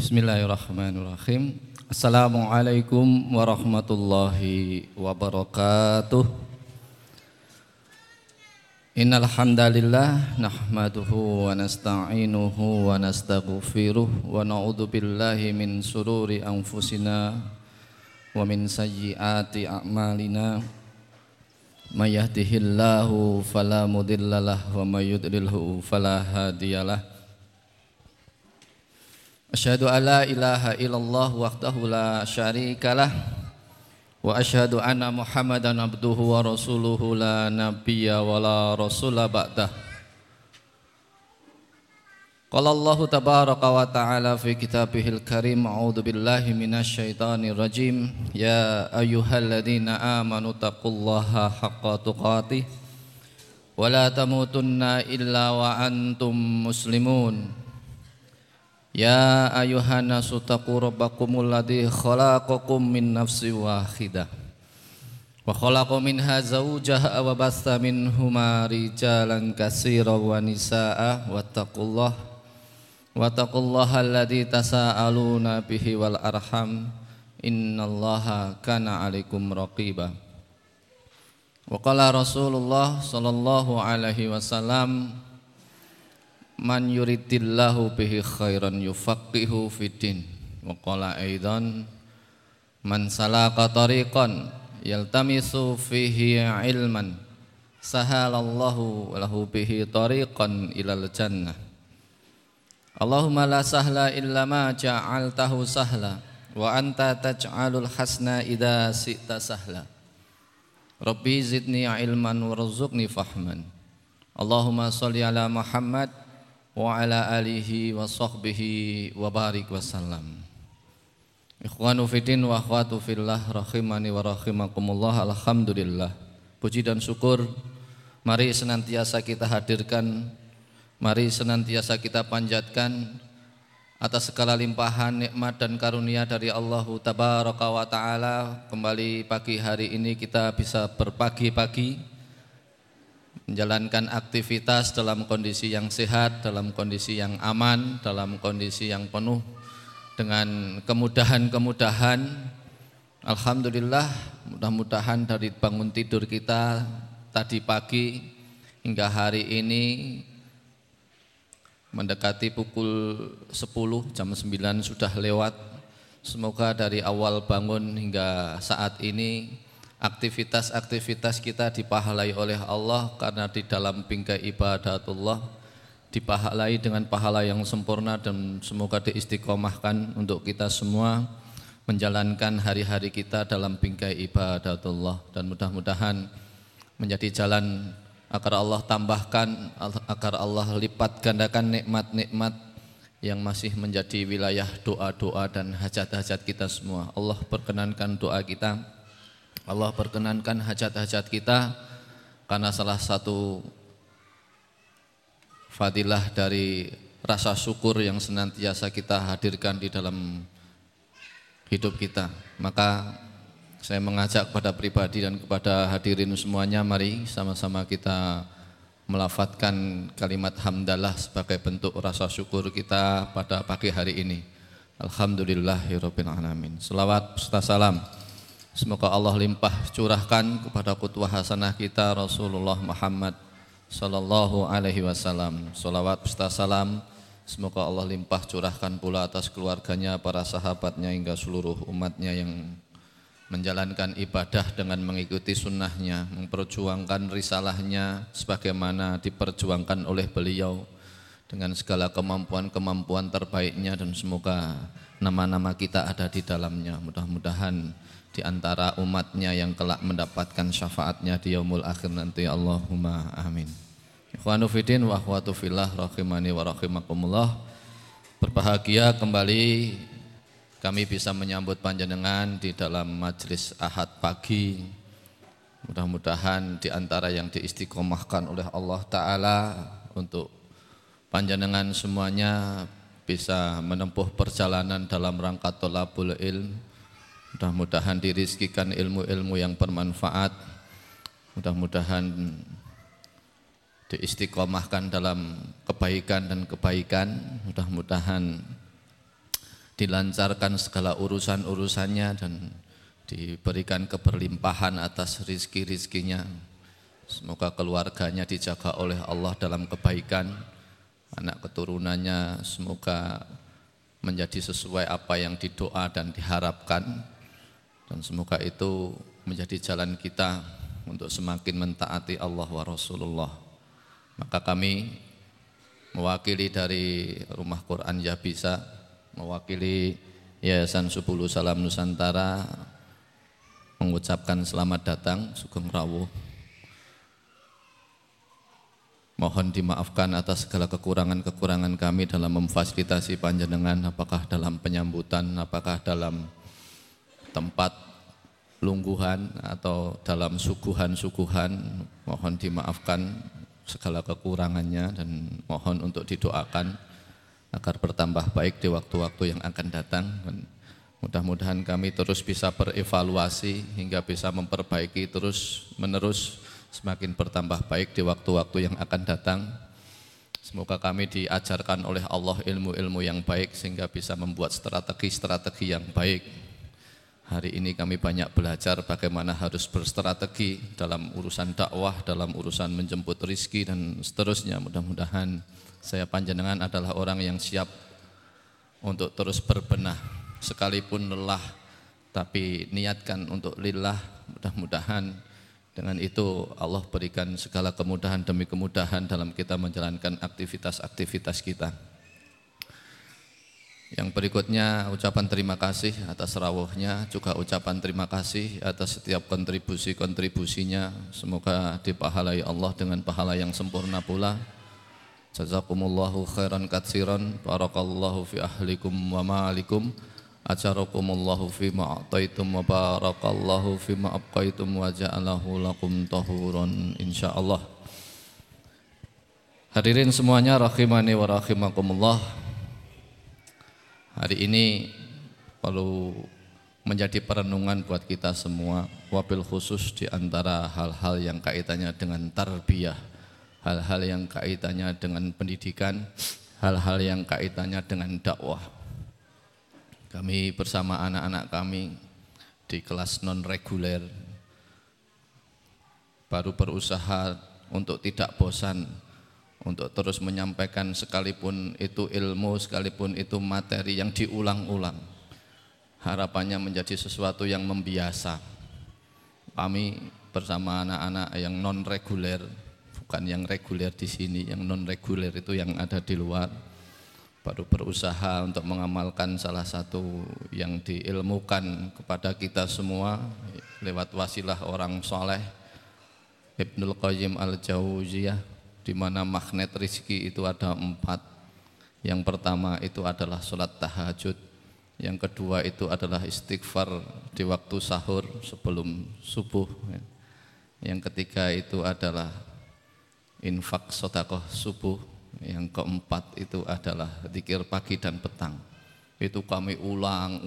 Bismillahirrahmanirrahim. Assalamualaikum warahmatullahi wabarakatuh. Innal hamdalillah nahmaduhu wa nasta'inuhu wa nastaghfiruh wa na'udzu billahi min sururi anfusina wa min sayyiati a'malina. May yahdihillahu fala mudhillalah wa may yudlilhu fala hadiyalah. Asyhadu an la ilaha illallah wahdahu la syarikalah wa asyhadu anna Muhammadan abduhu wa rasuluhu la nabiyya wa la rasula ba'dah. Qala Allah tabaraka wa ta'ala fi kitabihil karim, a'udzu billahi minasy syaithanir rajim. Ya ayyuhalladzina amanu taqullaha haqqa tuqatih wa la tamutunna illa wa antum muslimun. Ya ayuhan nasu taqu rabbakumul ladzi khalaqakum min nafsin wahidah wa khalaqa minha zawjaha wa bassa minhuma rijalan katsiran wa nisaa wattaqullaha alladzi tasaaluna bihi wal arham innallaha kana 'alaikum raqiba. Wa qala Rasulullah sallallahu alaihi wasallam, man yuridillahu bihi khairan yufaqihu fiddin. Wa qala aidan, man salaka tariqan yaltamisu fihi ilman sahalallahu lahu bihi tariqan ilal jannah. Allahumma la sahla illa ma ja'altahu sahla wa anta taj'alul hasna idza syi'ta sahla. Rabbi zidni ilman warzuqni fahman. Allahumma shalli ala Muhammad wa ala alihi wa sahbihi wa barik wasallam. Ikhwanu fiddin wa akhwatu fillah rahimani wa rahimakumullah. Alhamdulillah, puji dan syukur mari senantiasa kita hadirkan, mari senantiasa kita panjatkan atas segala limpahan nikmat dan karunia dari Allah tabaraka wa ta'ala. Kembali pagi hari ini kita bisa berpagi-pagi menjalankan aktivitas dalam kondisi yang sehat, dalam kondisi yang aman, dalam kondisi yang penuh dengan kemudahan-kemudahan. Alhamdulillah, mudah-mudahan dari bangun tidur kita tadi pagi hingga hari ini mendekati pukul 10, jam 9 sudah lewat. Semoga dari awal bangun hingga saat ini aktivitas-aktivitas kita dipahalai oleh Allah, karena di dalam bingkai ibadatullah dipahalai dengan pahala yang sempurna, dan semoga diistiqomahkan untuk kita semua menjalankan hari-hari kita dalam bingkai ibadatullah, dan mudah-mudahan menjadi jalan agar Allah tambahkan, agar Allah lipat gandakan nikmat-nikmat yang masih menjadi wilayah doa-doa dan hajat-hajat kita semua. Allah perkenankan doa kita, Allah perkenankan hajat-hajat kita, karena salah satu fadilah dari rasa syukur yang senantiasa kita hadirkan di dalam hidup kita. Maka saya mengajak kepada pribadi dan kepada hadirin semuanya, mari sama-sama kita melafadzkan kalimat hamdalah sebagai bentuk rasa syukur kita pada pagi hari ini. Alhamdulillahirabbil alamin. Selawat serta salam semoga Allah limpah curahkan kepada qudwah hasanah kita Rasulullah Muhammad sallallahu alaihi wasallam. Shalawat serta salam semoga Allah limpah curahkan pula atas keluarganya, para sahabatnya, hingga seluruh umatnya yang menjalankan ibadah dengan mengikuti sunnahnya, memperjuangkan risalahnya sebagaimana diperjuangkan oleh beliau dengan segala kemampuan-kemampuan terbaiknya, dan semoga nama-nama kita ada di dalamnya. Mudah-mudahan di antara umatnya yang kelak mendapatkan syafaatnya di yaumul akhir nanti. Allahumma amin. Ikhwanu fiddin wa akhwatu fillah rahimani wa rahimakumullah. Berbahagia kembali kami bisa menyambut panjenengan di dalam majelis Ahad pagi. Mudah-mudahan di antara yang diistiqomahkan oleh Allah Ta'ala untuk panjenengan semuanya bisa menempuh perjalanan dalam rangka thalabul ilm. Mudah-mudahan dirizkikan ilmu-ilmu yang bermanfaat, mudah-mudahan diistiqomahkan dalam kebaikan dan kebaikan, mudah-mudahan dilancarkan segala urusan-urusannya dan diberikan keberlimpahan atas rizki-rizkinya. Semoga keluarganya dijaga oleh Allah dalam kebaikan, anak keturunannya semoga menjadi sesuai apa yang didoa dan diharapkan, dan semoga itu menjadi jalan kita untuk semakin mentaati Allah wa Rasulullah. Maka kami mewakili dari Rumah Quran Ya Bisa, mewakili Yayasan Subulu Salam Nusantara mengucapkan selamat datang Sugeng Rawuh. Mohon dimaafkan atas segala kekurangan-kekurangan kami dalam memfasilitasi panjenengan, apakah dalam penyambutan, apakah dalam tempat lungguhan atau dalam suguhan-suguhan. Mohon dimaafkan segala kekurangannya dan mohon untuk didoakan agar bertambah baik di waktu-waktu yang akan datang. Dan mudah-mudahan kami terus bisa berevaluasi hingga bisa memperbaiki terus menerus, semakin bertambah baik di waktu-waktu yang akan datang. Semoga kami diajarkan oleh Allah ilmu-ilmu yang baik sehingga bisa membuat strategi-strategi yang baik. Hari ini kami banyak belajar bagaimana harus berstrategi dalam urusan dakwah, dalam urusan menjemput rizki dan seterusnya. Mudah-mudahan saya panjenengan adalah orang yang siap untuk terus berbenah, sekalipun lelah, tapi niatkan untuk lillah. Mudah-mudahan dengan itu Allah berikan segala kemudahan demi kemudahan dalam kita menjalankan aktivitas-aktivitas kita. Yang berikutnya ucapan terima kasih atas rawuhnya, juga ucapan terima kasih atas setiap kontribusi-kontribusinya. Semoga dipahalai Allah dengan pahala yang sempurna pula. Jazakumullahu khairan katsiran, barakallahu fi ahlikum wa ma'alikum, ajarakumullahu fi ma'ataitum wa barakallahu fi ma'abqaitum wa ja'alahu lakum tahuran insyaallah. Hadirin semuanya rahimani wa rahimakumullah. Hari ini perlu menjadi perenungan buat kita semua, wabil khusus di antara hal-hal yang kaitannya dengan tarbiyah, hal-hal yang kaitannya dengan pendidikan, hal-hal yang kaitannya dengan dakwah. Kami bersama anak-anak kami di kelas non-reguler baru berusaha untuk tidak bosan, untuk terus menyampaikan sekalipun itu ilmu, sekalipun itu materi yang diulang-ulang. Harapannya menjadi sesuatu yang membiasa. Kami bersama anak-anak yang non-reguler, bukan yang reguler di sini, yang non-reguler itu yang ada di luar, baru berusaha untuk mengamalkan salah satu yang diilmukan kepada kita semua lewat wasilah orang soleh, Ibnul Qayyim Al-Jauziyah, di mana magnet rizki itu ada 4. Yang pertama itu adalah sholat tahajud, yang kedua itu adalah istighfar di waktu sahur sebelum subuh, yang ketiga itu adalah infak sedekah subuh, yang keempat itu adalah zikir pagi dan petang. Itu kami ulang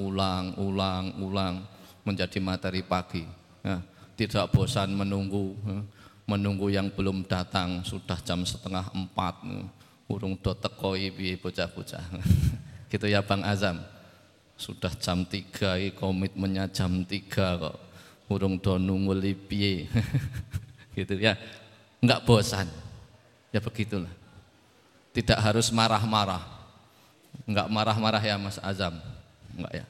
menjadi materi pagi. Nah, tidak bosan menunggu yang belum datang, sudah jam 3:30, urung do teko piye bocah-bocah. Gitu ya Bang Azam. Sudah jam 3, komitmennya jam 3 kok. Urung do nunggu piye. Gitu ya. Enggak bosan. Ya begitulah. Tidak harus marah-marah. Enggak marah-marah ya Mas Azam. Enggak ya.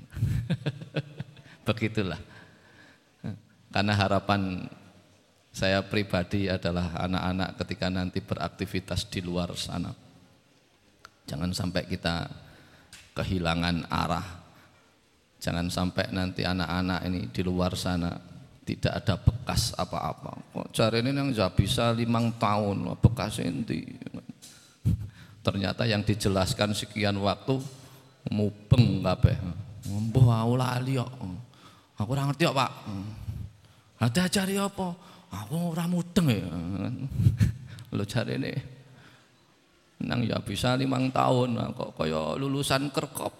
Begitulah. Karena harapan saya pribadi adalah anak-anak ketika nanti beraktivitas di luar sana, jangan sampai kita kehilangan arah. Jangan sampai nanti anak-anak ini di luar sana tidak ada bekas apa-apa. Kok cari ini yang bisa 5 tahun, bekas inti. Ternyata yang dijelaskan sekian waktu mubeng kabeh. Mbah aku lali kok. Aku ora ngerti kok, Pak. Ada ajari apa? Aku ora mudeng ya. Lho jarene nang ya bisa 5 tahun kok kaya lulusan kerkop.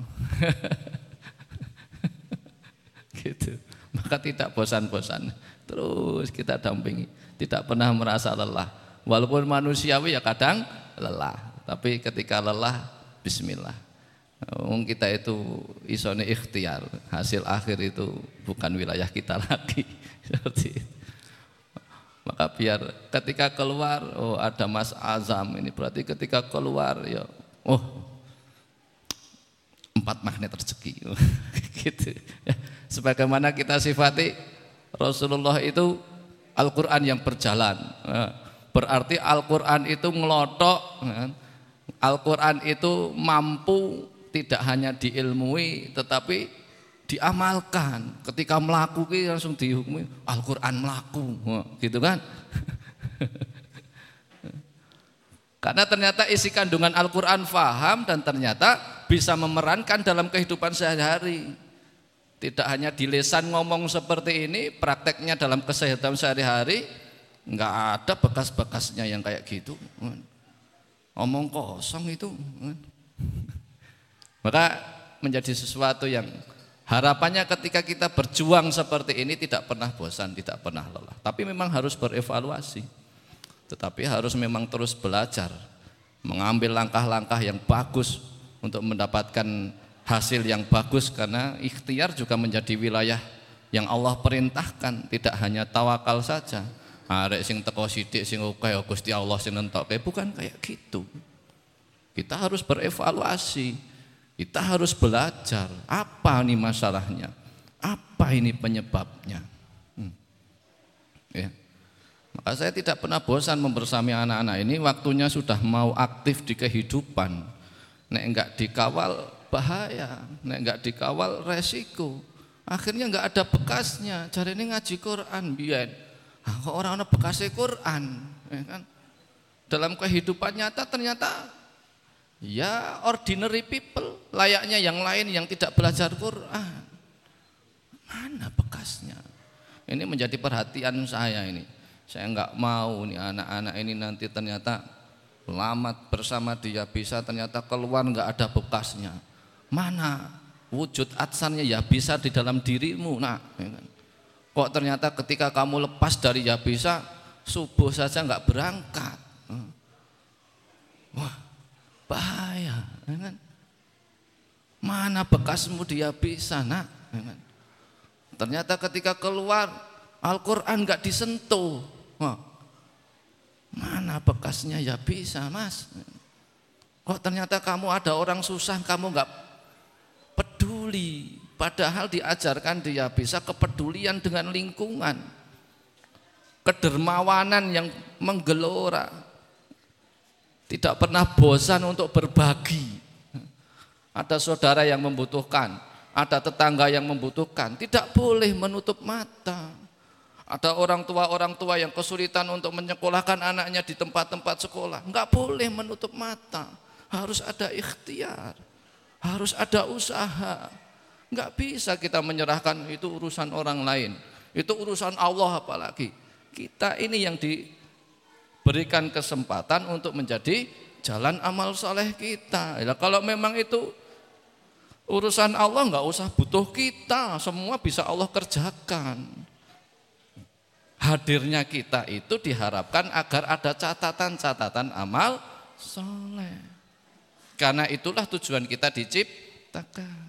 Gitu. Maka tidak bosan-bosan. Terus kita dampingi, tidak pernah merasa lelah. Walaupun manusiawi ya kadang lelah, tapi ketika lelah bismillah. Kita itu isone ikhtiar, hasil akhir itu bukan wilayah kita lagi. Seperti itu. Maka biar ketika keluar, oh ada Mas Azam ini, berarti ketika keluar ya, oh 4 magnet rezeki. Gitu. Ya. Sebagaimana kita sifati Rasulullah itu Al-Quran yang berjalan. Berarti Al-Quran itu ngelotok, Al-Quran itu mampu tidak hanya diilmui tetapi diamalkan. Ketika melakukan langsung dihukumi Al-Quran melaku, gitu kan? Karena ternyata isi kandungan Al-Quran faham dan ternyata bisa memerankan dalam kehidupan sehari-hari. Tidak hanya di lisan ngomong seperti ini, prakteknya dalam kesehatan sehari-hari nggak ada bekas-bekasnya yang kayak gitu. Omong kosong itu. Maka menjadi sesuatu yang harapannya ketika kita berjuang seperti ini tidak pernah bosan, tidak pernah lelah. Tapi memang harus berevaluasi. Tetapi harus memang terus belajar, mengambil langkah-langkah yang bagus untuk mendapatkan hasil yang bagus, karena ikhtiar juga menjadi wilayah yang Allah perintahkan, tidak hanya tawakal saja. Arek sing teko sithik sing oke Gusti Allah sing nentokke, bukan kayak gitu. Kita harus berevaluasi. Kita harus belajar, apa ini masalahnya, apa ini penyebabnya. Ya. Maka saya tidak pernah bosan membersami anak-anak ini, waktunya sudah mau aktif di kehidupan. Nek enggak dikawal bahaya, nek enggak dikawal resiko. Akhirnya enggak ada bekasnya. Cari ini ngaji Quran biyen. Kok orang-orang bekasnya Quran, ya kan? Dalam kehidupan nyata ternyata ya ordinary people, layaknya yang lain yang tidak belajar Quran. Mana bekasnya? Ini menjadi perhatian saya ini. Saya enggak mau nih anak-anak ini nanti ternyata selamat bersama dia bisa ternyata keluar enggak ada bekasnya. Mana wujud atsannya ya bisa di dalam dirimu. Nah, ya kan? Kok ternyata ketika kamu lepas dari ya bisa, subuh saja enggak berangkat. Wah, bahaya, ya kan? Mana bekasmu dia bisa, nak? Ya kan? Ternyata ketika keluar Al-Quran enggak disentuh. Wah, mana bekasnya ya bisa, Mas? Kok ternyata kamu ada orang susah kamu enggak peduli, padahal diajarkan dia bisa kepedulian dengan lingkungan, kedermawanan yang menggelora, tidak pernah bosan untuk berbagi. Ada saudara yang membutuhkan, ada tetangga yang membutuhkan, tidak boleh menutup mata. Ada orang tua yang kesulitan untuk menyekolahkan anaknya di tempat-tempat sekolah, enggak boleh menutup mata. Harus ada ikhtiar, harus ada usaha. Enggak bisa kita menyerahkan itu urusan orang lain, itu urusan Allah. Apalagi kita ini yang diberikan kesempatan untuk menjadi jalan amal soleh kita. Ya, kalau memang itu urusan Allah, enggak usah butuh kita, semua bisa Allah kerjakan. Hadirnya kita itu diharapkan agar ada catatan-catatan amal soleh. Karena itulah tujuan kita diciptakan.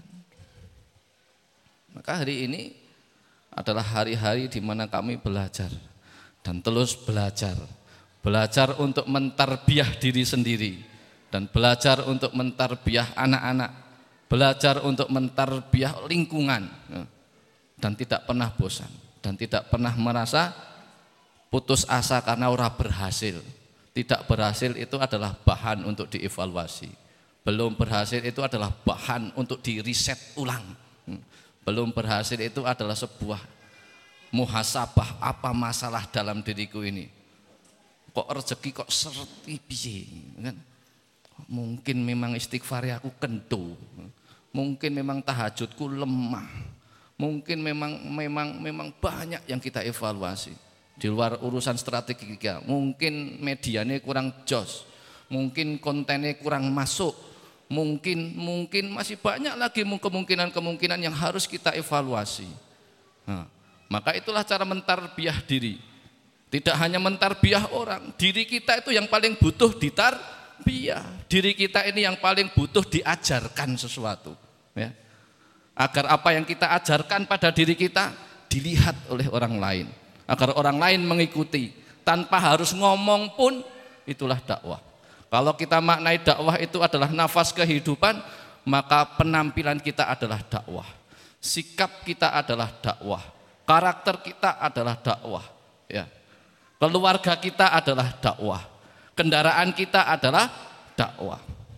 Maka hari ini adalah hari-hari di mana kami belajar dan terus belajar. Belajar untuk mentarbiah diri sendiri dan belajar untuk mentarbiah anak-anak. Belajar untuk mentarbiah lingkungan dan tidak pernah bosan dan tidak pernah merasa putus asa karena ora berhasil. Tidak berhasil itu adalah bahan untuk dievaluasi. Belum berhasil itu adalah bahan untuk diriset ulang. Belum berhasil itu adalah sebuah muhasabah, apa masalah dalam diriku ini. Kok rezeki kok serti piye, kan? Mungkin memang istighfar aku kentu. Mungkin memang tahajudku lemah. Mungkin memang banyak yang kita evaluasi di luar urusan strategi kita. Mungkin medianya kurang jos, mungkin kontennya kurang masuk, mungkin masih banyak lagi kemungkinan yang harus kita evaluasi. Nah, maka itulah cara mentarbiah diri. Tidak hanya mentarbiah orang, diri kita itu yang paling butuh Iya, diri kita ini yang paling butuh diajarkan sesuatu, ya. Agar apa yang kita ajarkan pada diri kita dilihat oleh orang lain, agar orang lain mengikuti tanpa harus ngomong pun, itulah dakwah. Kalau kita maknai dakwah itu adalah nafas kehidupan, maka penampilan kita adalah dakwah, sikap kita adalah dakwah, karakter kita adalah dakwah, ya. Keluarga kita adalah dakwah, kendaraan kita adalah dakwah.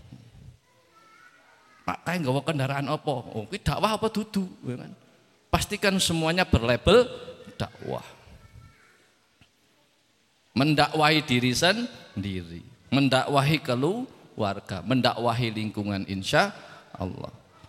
Makanya nggak mau kendaraan apa? Oh, ini dakwah apa dudu? Pastikan semuanya berlabel dakwah. Mendakwahi diri sendiri, mendakwahi keluarga, mendakwahi lingkungan, insya Allah.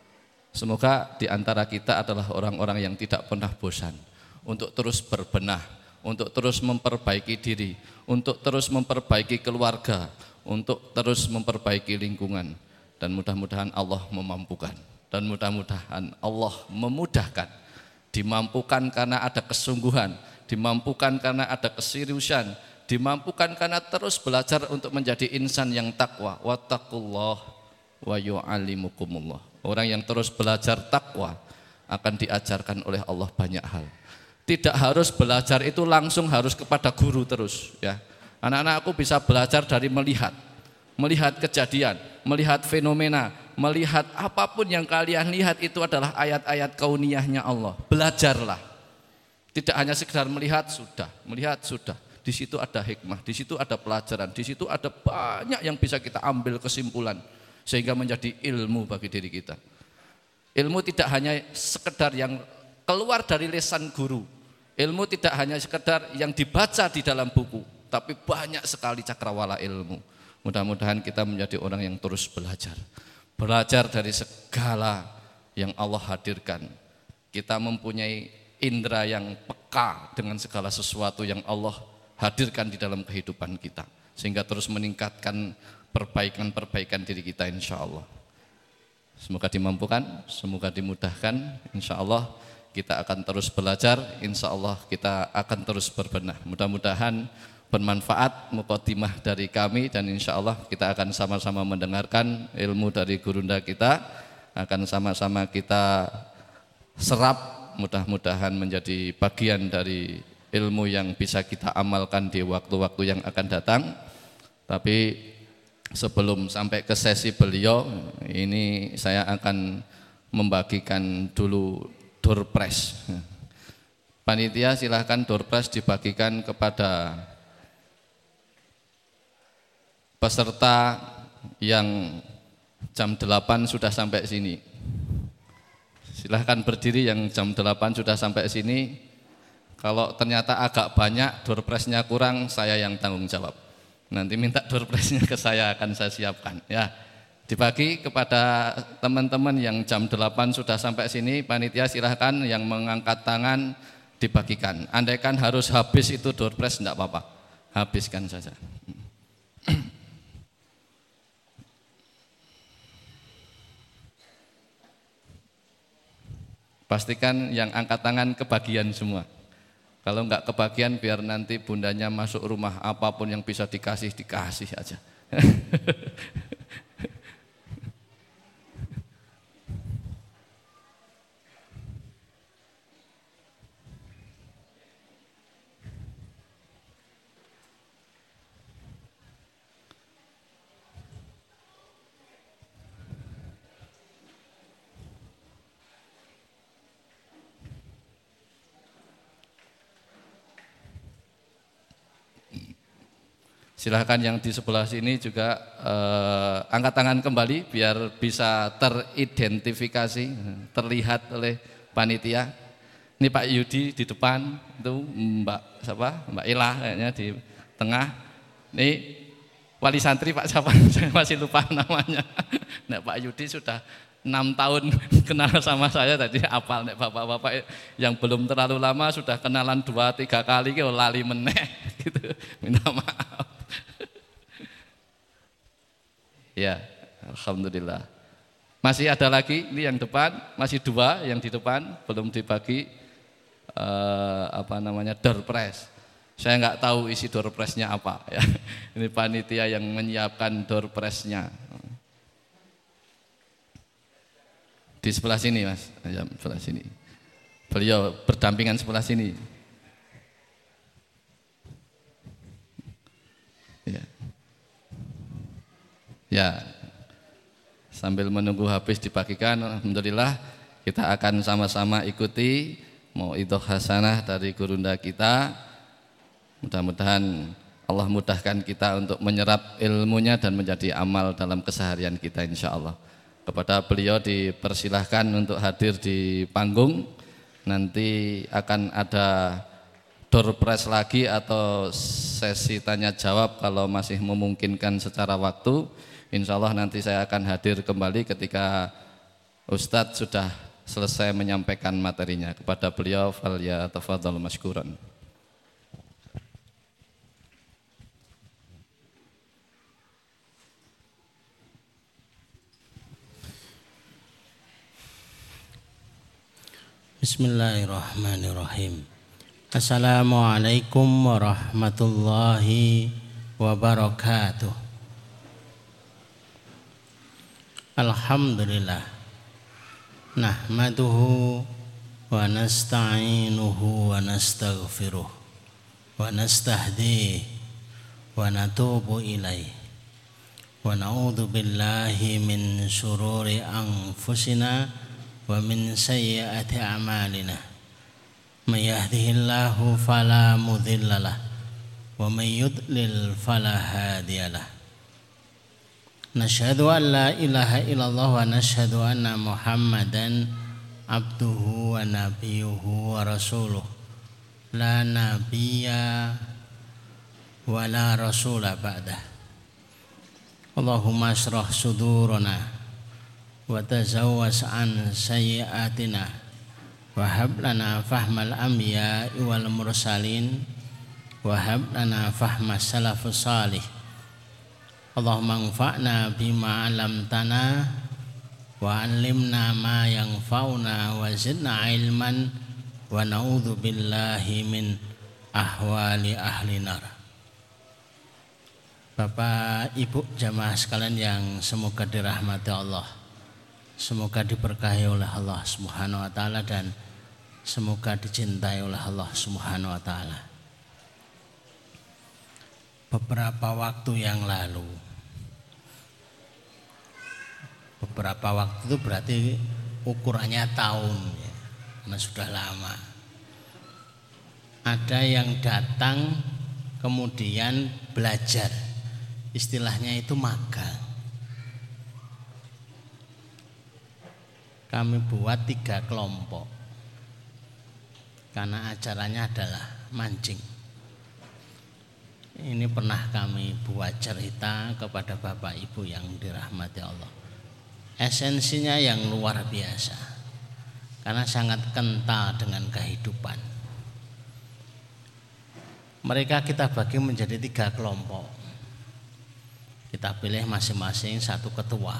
Semoga di antara kita adalah orang-orang yang tidak pernah bosan untuk terus berbenah, untuk terus memperbaiki diri, untuk terus memperbaiki keluarga, untuk terus memperbaiki lingkungan. Dan mudah-mudahan Allah memampukan, dan mudah-mudahan Allah memudahkan. Dimampukan karena ada kesungguhan, dimampukan karena ada keseriusan, dimampukan karena terus belajar untuk menjadi insan yang takwa. Wattaqullah wa yu'allimukumullah. Orang yang terus belajar takwa akan diajarkan oleh Allah banyak hal. Tidak harus belajar itu langsung harus kepada guru terus, ya. Anak-anakku bisa belajar dari melihat kejadian, melihat fenomena, melihat apapun yang kalian lihat itu adalah ayat-ayat kauniyahnya Allah. Belajarlah. Tidak hanya sekedar melihat sudah. Di situ ada hikmah, di situ ada pelajaran, di situ ada banyak yang bisa kita ambil kesimpulan sehingga menjadi ilmu bagi diri kita. Ilmu tidak hanya sekedar yang keluar dari lisan guru. Ilmu tidak hanya sekedar yang dibaca di dalam buku, tapi banyak sekali cakrawala ilmu. Mudah-mudahan kita menjadi orang yang terus belajar dari segala yang Allah hadirkan. Kita mempunyai indera yang peka dengan segala sesuatu yang Allah hadirkan di dalam kehidupan kita, sehingga terus meningkatkan perbaikan diri kita, insya Allah. Semoga dimampukan, semoga dimudahkan, insya Allah kita akan terus belajar, insya Allah kita akan terus berbenah. Mudah-mudahan bermanfaat mukadimah dari kami, dan insya Allah kita akan sama-sama mendengarkan ilmu dari gurunda kita, akan sama-sama kita serap, mudah-mudahan menjadi bagian dari ilmu yang bisa kita amalkan di waktu-waktu yang akan datang. Tapi sebelum sampai ke sesi beliau ini, saya akan membagikan dulu door prize. Panitia silahkan door prize dibagikan kepada peserta yang jam 8 sudah sampai sini. Silahkan berdiri yang jam 8 sudah sampai sini. Kalau ternyata agak banyak, door prize-nya kurang, saya yang tanggung jawab. Nanti minta door prize-nya ke saya, akan saya siapkan, ya. Dibagi kepada teman-teman yang jam 8 sudah sampai sini. Panitia silahkan yang mengangkat tangan dibagikan. Andaikan harus habis itu door prize, enggak apa-apa, habiskan saja. Pastikan yang angkat tangan kebagian semua. Kalau enggak kebagian, biar nanti bundanya masuk rumah, apapun yang bisa dikasih aja. Silahkan yang di sebelah sini juga angkat tangan kembali biar bisa teridentifikasi, terlihat oleh panitia. Ini Pak Yudi di depan, itu Mbak siapa? Mbak Ila kayaknya di tengah. Ini wali santri Pak siapa? Saya masih lupa namanya. Nah, Pak Yudi sudah 6 tahun kenal sama saya, tadi apal nek bapak-bapak yang belum terlalu lama sudah kenalan 2-3 kali ke lali meneh gitu. Minta maaf. Ya, alhamdulillah. Masih ada lagi, ini yang depan, masih 2 yang di depan belum dibagi door prize. Saya nggak tahu isi door prize-nya apa ya. Ini panitia yang menyiapkan door prize-nya. Di sebelah sini Mas, ya, sebelah sini. Beliau berdampingan sebelah sini. Ya. Ya. Sambil menunggu habis dibagikan, alhamdulillah kita akan sama-sama ikuti mauidhah hasanah dari gurunda kita. Mudah-mudahan Allah mudahkan kita untuk menyerap ilmunya dan menjadi amal dalam keseharian kita insyaallah. Kepada beliau dipersilahkan untuk hadir di panggung. Nanti akan ada door prize lagi atau sesi tanya jawab kalau masih memungkinkan secara waktu. Insyaallah nanti saya akan hadir kembali ketika Ustadz sudah selesai menyampaikan materinya. Kepada beliau falyatafadhal masykuran. Bismillahirrahmanirrahim. Assalamualaikum warahmatullahi wabarakatuh. Alhamdulillah. Nahmaduhu wa nasta'inuhu wa nastaghfiruh wa nastahdihi wa natubu ilaih. Wa na'udzu billahi min syururi anfusina wa min sayyiati a'malina may yahdihillahu fala mudhillalah wa may yudlil fala hadiyalah. Nashhadu an la ilaha illallah wa nashhadu anna Muhammadan abduhu wa nabiyuhu wa rasuluh la nabiyya wa la rasula ba'dah. Allahumma ashrah sudurana wa tazawwas an sayyiatina wa hab lana fahmal anbiya wal mursalin wa hab lana fahmas salafus salih. Allahumma anfa'na bima 'allamtana wa 'allimna ma yanfa'una wa zidna ilman wa na'udzu billahi min ahwali ahli nar. Bapak Ibu jamaah sekalian yang semoga dirahmati Allah, semoga diberkahi oleh Allah Subhanahu wa taala dan semoga dicintai oleh Allah Subhanahu wa taala. Beberapa waktu yang lalu, beberapa waktu itu berarti ukurannya tahun ya, karena sudah lama. Ada yang datang kemudian belajar, istilahnya itu magang. Kami buat 3 kelompok karena acaranya adalah mancing. Ini pernah kami buat cerita kepada Bapak Ibu yang dirahmati Allah. Esensinya yang luar biasa karena sangat kental dengan kehidupan. Mereka kita bagi menjadi 3 kelompok. Kita pilih masing-masing 1 ketua.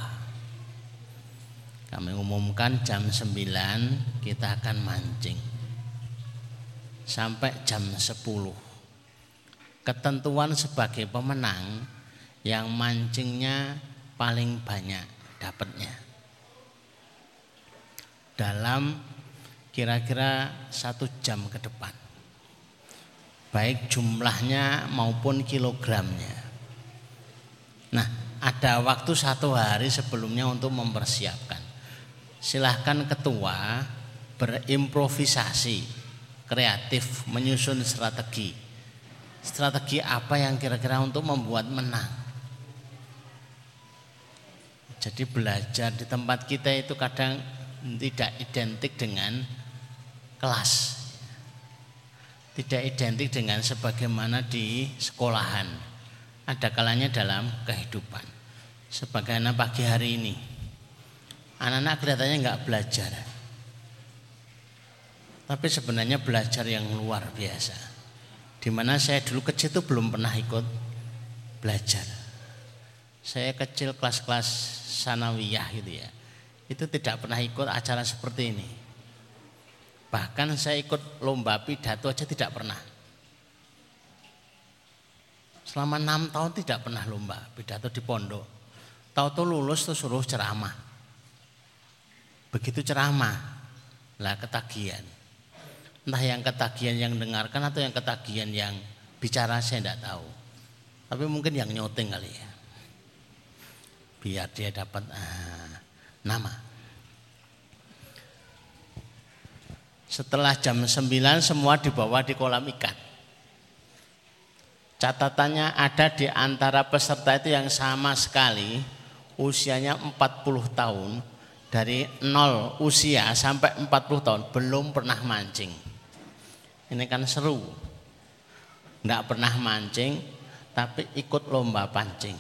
Kami umumkan jam 9 kita akan mancing sampai jam 10. Ketentuan sebagai pemenang yang mancingnya paling banyak dapatnya dalam kira-kira 1 jam ke depan, baik jumlahnya maupun kilogramnya. Nah, ada waktu 1 hari sebelumnya untuk mempersiapkan. Silahkan ketua berimprovisasi, kreatif, menyusun strategi. Strategi apa yang kira-kira untuk membuat menang. Jadi belajar di tempat kita itu kadang tidak identik dengan kelas, tidak identik dengan sebagaimana di sekolahan. Ada kalanya dalam kehidupan. Sebagaimana pagi hari ini, anak-anak kelihatannya nggak belajar, tapi sebenarnya belajar yang luar biasa. Di mana saya dulu kecil itu belum pernah ikut belajar. Saya kecil kelas-kelas sanawiyah gitu ya, itu tidak pernah ikut acara seperti ini. Bahkan saya ikut lomba pidato aja tidak pernah. Selama 6 tahun tidak pernah lomba pidato di pondok. Tahu-tahu lulus tuh suruh ceramah. Begitu ceramah, lah ketagihan. Entah yang ketagihan yang dengarkan atau yang ketagihan yang bicara, saya tidak tahu. Tapi mungkin yang nyoteng kali ya. Biar dia dapat nama. Setelah jam 9 semua dibawa di kolam ikan. Catatannya ada di antara peserta itu yang sama sekali usianya 40 tahun, dari 0 usia sampai 40 tahun belum pernah mancing. Ini kan seru. Enggak pernah mancing tapi ikut lomba pancing.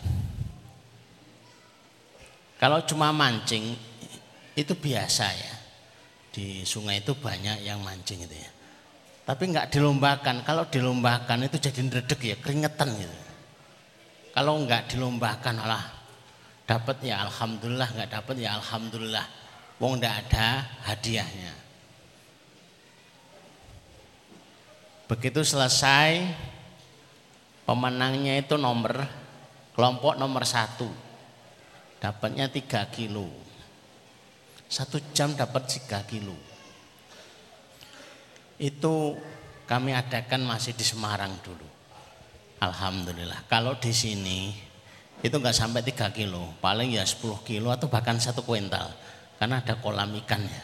Kalau cuma mancing itu biasa ya. Di sungai itu banyak yang mancing itu ya. Tapi enggak dilombakan. Kalau dilombakan itu jadi ndredeg ya, keringetan gitu. Kalau enggak dilombakan malah dapat ya alhamdulillah, enggak dapat ya alhamdulillah. Wong enggak ada hadiahnya. Begitu selesai, pemenangnya itu kelompok nomor 1. Dapatnya 3 kilo. 1 jam dapat 3 kilo. Itu kami adakan masih di Semarang dulu. Alhamdulillah. Kalau di sini itu enggak sampai 3 kilo, paling ya 10 kilo atau bahkan 1 kuintal. Karena ada kolam ikannya.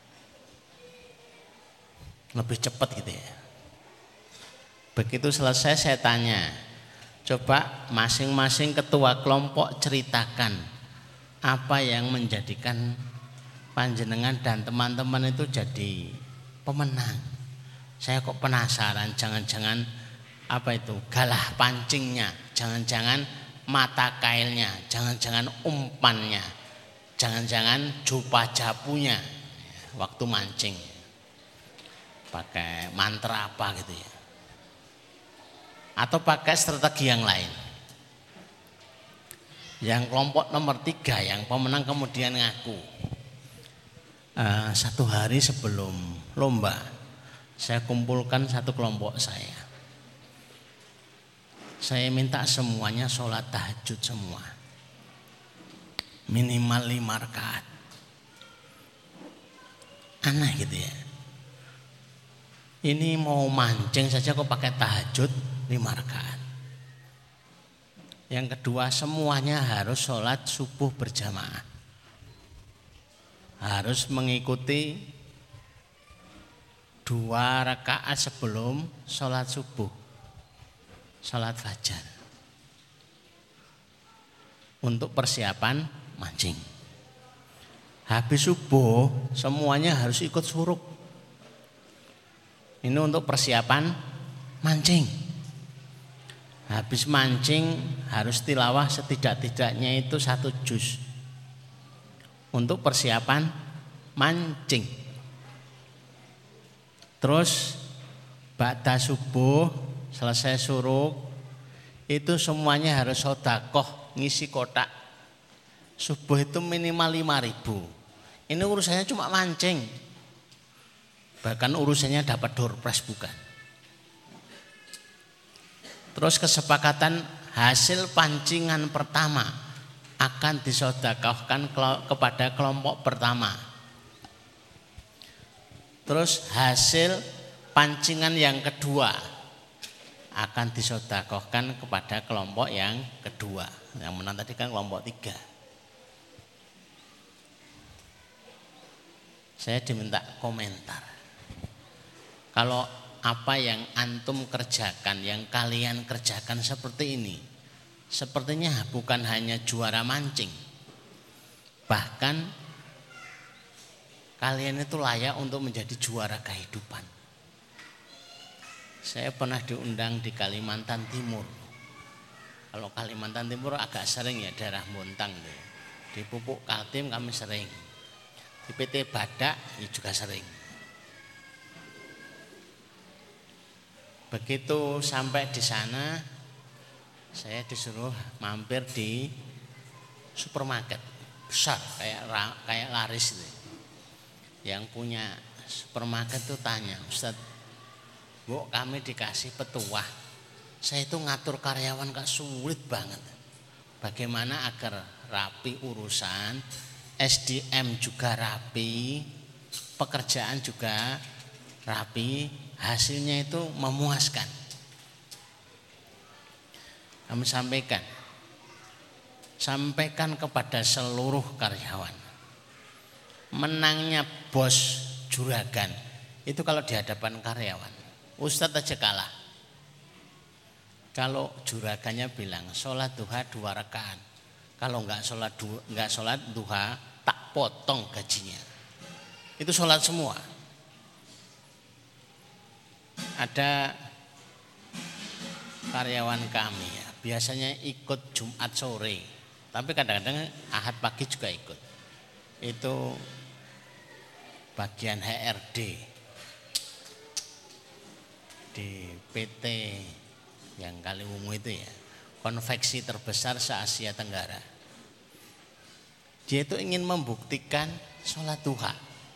Lebih cepat gitu ya. Begitu selesai saya tanya, coba masing-masing ketua kelompok ceritakan apa yang menjadikan panjenengan dan teman-teman itu jadi pemenang. Saya kok penasaran, jangan-jangan apa itu galah pancingnya, jangan-jangan mata kailnya, jangan-jangan umpannya, jangan-jangan jupa japunya waktu mancing pakai mantra apa gitu ya, atau pakai strategi yang lain. Yang kelompok nomor 3 yang pemenang kemudian ngaku, 1 hari sebelum lomba saya kumpulkan 1 kelompok saya minta semuanya sholat tahajud semua minimal 5 rakaat. Aneh gitu ya, ini mau mancing saja kok pakai tahajud 5 rakaat. Yang kedua, semuanya harus sholat subuh berjamaah, harus mengikuti 2 rakaat sebelum sholat subuh, sholat fajar, untuk persiapan mancing. Habis subuh semuanya harus ikut suruk. Ini untuk persiapan mancing. Habis mancing harus tilawah setidak-tidaknya itu 1 juz untuk persiapan mancing. Terus ba'da subuh selesai suruk itu semuanya harus sedekah, ngisi kotak. Subuh itu minimal 5.000. Ini urusannya cuma mancing. Bahkan urusannya dapat door prize bukan. Terus kesepakatan hasil pancingan pertama akan disedekahkan kepada kelompok pertama. Terus hasil pancingan yang kedua akan disedekahkan kepada kelompok yang kedua. Yang menang tadi kan kelompok 3. Saya diminta komentar. Kalau apa yang antum kerjakan, yang kalian kerjakan seperti ini, sepertinya bukan hanya juara mancing, bahkan kalian itu layak untuk menjadi juara kehidupan. Saya pernah diundang di Kalimantan Timur. Kalau Kalimantan Timur agak sering ya, daerah Montang. Di Pupuk Kaltim kami sering. Di PT Badak ya juga sering. Begitu sampai di sana, saya disuruh mampir di supermarket besar kayak Laris itu. Yang punya supermarket itu tanya, Ustadz, Bu, kami dikasih petuah Saya itu ngatur karyawan kok sulit banget. Bagaimana agar rapi urusan, SDM juga rapi, pekerjaan juga rapi, hasilnya itu memuaskan. Kami sampaikan kepada seluruh karyawan. Menangnya bos juragan itu kalau di hadapan karyawan, Ustadz aja kalah. Kalau juragannya bilang sholat duha 2 rakaat, kalau nggak sholat duha tak potong gajinya. Itu sholat semua. Ada karyawan kami ya, biasanya ikut Jumat sore, tapi kadang-kadang Ahad pagi juga ikut. Itu bagian HRD di PT yang Kaliwungu itu ya, konveksi terbesar se-Asia Tenggara. Dia itu ingin membuktikan sholat duha.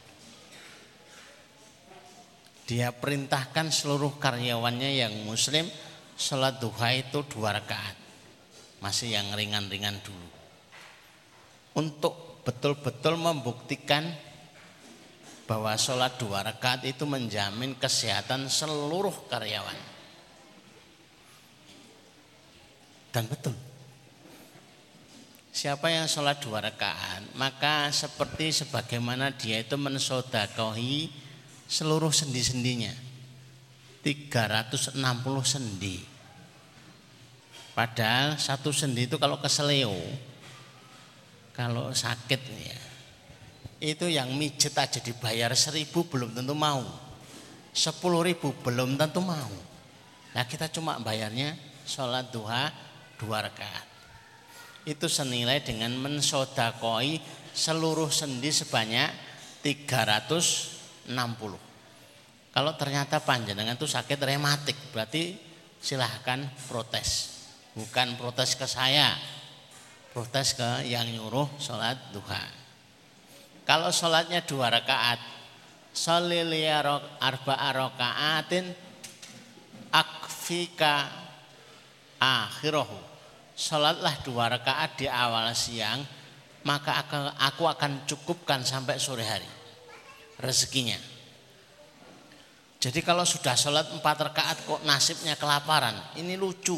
Dia perintahkan seluruh karyawannya yang muslim sholat duha itu 2 rakaat. Masih yang ringan-ringan dulu. Untuk betul-betul membuktikan bahwa sholat 2 rakaat itu menjamin kesehatan seluruh karyawan. Dan betul, siapa yang sholat 2 rakaat maka seperti sebagaimana dia itu mensodakohi seluruh sendi-sendinya, 360 sendi. Padahal satu sendi itu kalau keseleo, kalau sakit ya, itu yang mijet aja dibayar 1.000 belum tentu mau, 10.000 belum tentu mau. Nah kita cuma bayarnya sholat duha 2 rakaat. Itu senilai dengan mensodakoi seluruh sendi sebanyak 360. Kalau ternyata panjenengan itu sakit rematik, berarti silahkan protes. Bukan protes ke saya, protes ke yang nyuruh sholat duha. Kalau sholatnya 2 rakaat, sholli liya arba'a raka'atin akfika akhirahu. Sholatlah 2 rakaat di awal siang, maka aku akan cukupkan sampai sore hari rezekinya. Jadi kalau sudah sholat 4 rakaat kok nasibnya kelaparan, ini lucu.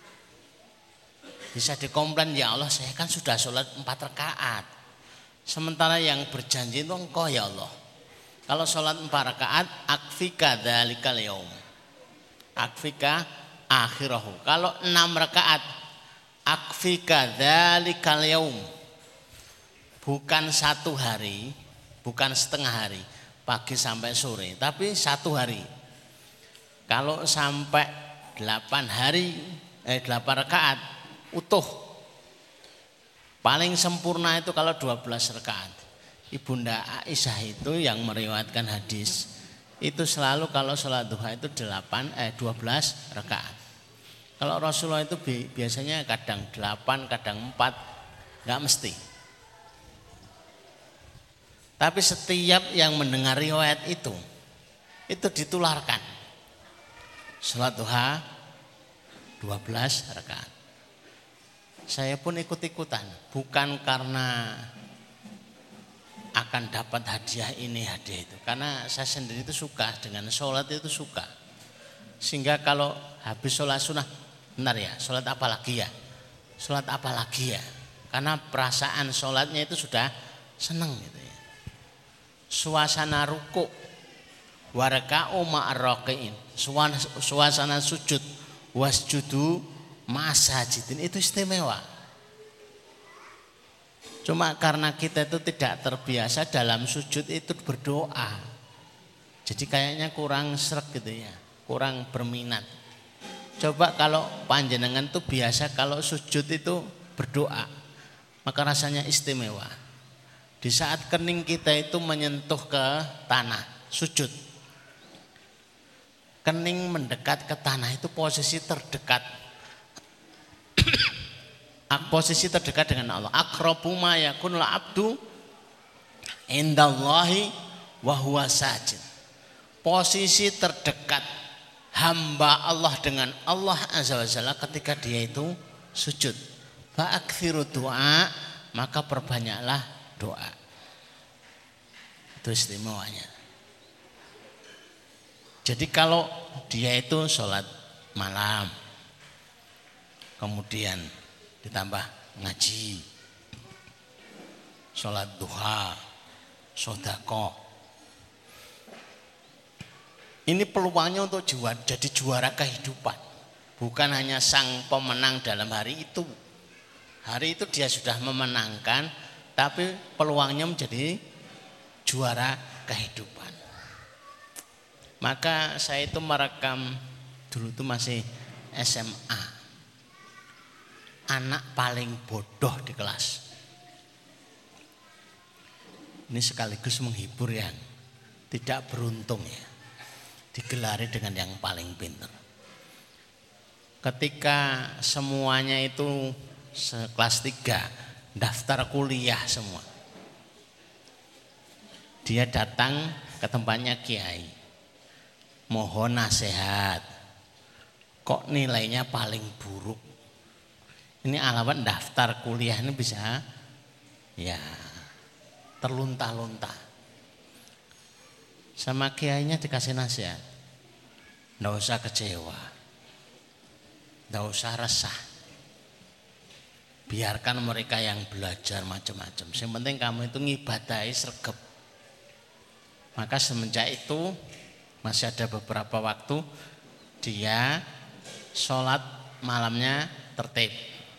Bisa dikomplain, ya Allah saya kan sudah sholat 4 rakaat. Sementara yang berjanji itu engkau ya Allah. Kalau sholat 4 rakaat, akfika dzalikal yaum, akfika akhirahu. Kalau 6 rakaat, akfika dzalikal yaum. Bukan 1 hari, bukan setengah hari, pagi sampai sore, tapi 1 hari. Kalau sampai 8 rakaat utuh. Paling sempurna itu kalau 12 rakaat. Ibunda Aisyah itu yang meriwayatkan hadis, itu selalu kalau sholat duha itu 12 rakaat. Kalau Rasulullah itu biasanya kadang 8, kadang 4, enggak mesti. Tapi setiap yang mendengar riwayat itu ditularkan. Sholat duha 12 rakaat. Saya pun ikut-ikutan, bukan karena akan dapat hadiah ini hadiah itu, karena saya sendiri itu suka dengan sholat itu suka. Sehingga kalau habis sholat sunnah, benar ya, sholat apa lagi ya? Sholat apa lagi ya? Karena perasaan sholatnya itu sudah seneng gitu ya. Suasana ruku, waraka'u ma'arraqiin, suasana sujud, wasjudu masajidin, itu istimewa. Cuma karena kita itu tidak terbiasa dalam sujud itu berdoa, jadi kayaknya kurang sreg gitu ya, kurang berminat. Coba kalau panjenengan tuh biasa kalau sujud itu berdoa, maka rasanya istimewa. Di saat kening kita itu menyentuh ke tanah, sujud, kening mendekat ke tanah, itu posisi terdekat. Posisi terdekat dengan Allah. Aqrabu ma yakunul abdu indallahi wa huwa sajid. Posisi terdekat hamba Allah dengan Allah Azza wa Jalla ketika dia itu sujud. Fa'akthiru doa, maka perbanyaklah doa. Itu istimewanya. Jadi kalau dia itu sholat malam, kemudian ditambah ngaji, sholat duha, sodako, ini peluangnya untuk jadi juara kehidupan. Bukan hanya sang pemenang dalam hari itu. Hari itu dia sudah memenangkan, tapi peluangnya menjadi juara kehidupan. Maka saya itu merekam dulu itu masih SMA. Anak paling bodoh di kelas. Ini sekaligus menghibur yang tidak beruntung ya. Digelari dengan yang paling pintar. Ketika semuanya itu kelas 3 daftar kuliah semua. Dia datang ke tempatnya kiai. Mohon nasihat. Kok nilainya paling buruk? Ini alamat daftar kuliah ini bisa ya terlunta-lunta. Sama kiainya dikasih nasihat. Nggak usah kecewa. Nggak usah resah. Biarkan mereka yang belajar macam-macam. Yang penting kamu itu ngibadahi sregep. Maka semenjak itu masih ada beberapa waktu dia sholat malamnya tertib.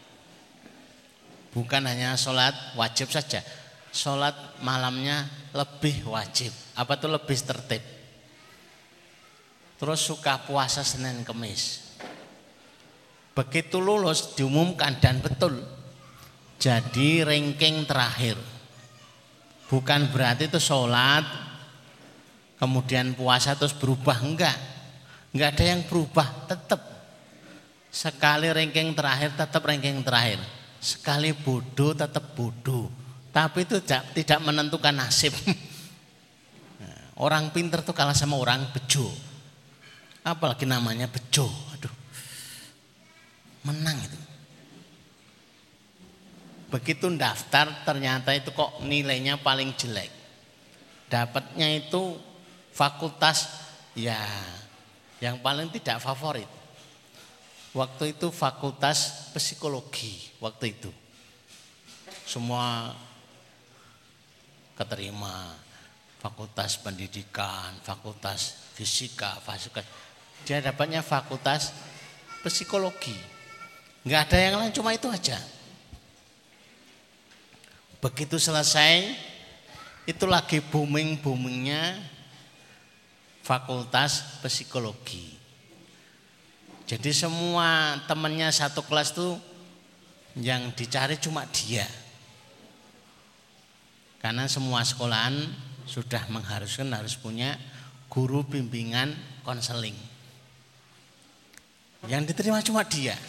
Bukan hanya sholat wajib saja, sholat malamnya lebih wajib. Apa itu lebih tertib? Terus suka puasa Senin Kemis. Begitu lulus diumumkan dan betul jadi ranking terakhir. Bukan berarti itu sholat kemudian puasa terus berubah, enggak ada yang berubah, tetap sekali ranking terakhir tetap ranking terakhir, sekali bodoh tetap bodoh, tapi itu tidak menentukan nasib. Orang pinter tuh kalah sama orang bejo, apalagi namanya bejo, aduh menang itu. Begitu daftar ternyata itu kok nilainya paling jelek, dapatnya itu fakultas ya yang paling tidak favorit. Waktu itu fakultas psikologi waktu itu. Semua keterima, fakultas pendidikan, fakultas fisika, fakultas. Dia dapatnya fakultas psikologi. Enggak ada yang lain, cuma itu aja. Begitu selesai, itu lagi booming-boomingnya fakultas psikologi. Jadi semua temannya satu kelas tuh yang dicari cuma dia. Karena semua sekolahan sudah mengharuskan harus punya guru bimbingan konseling. Yang diterima cuma dia.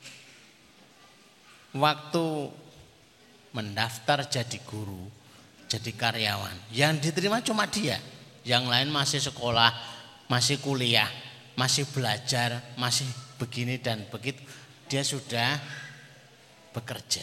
Waktu mendaftar jadi guru, jadi karyawan, yang diterima cuma dia. Yang lain masih sekolah, masih kuliah, masih belajar, masih begini dan begitu. Dia sudah bekerja.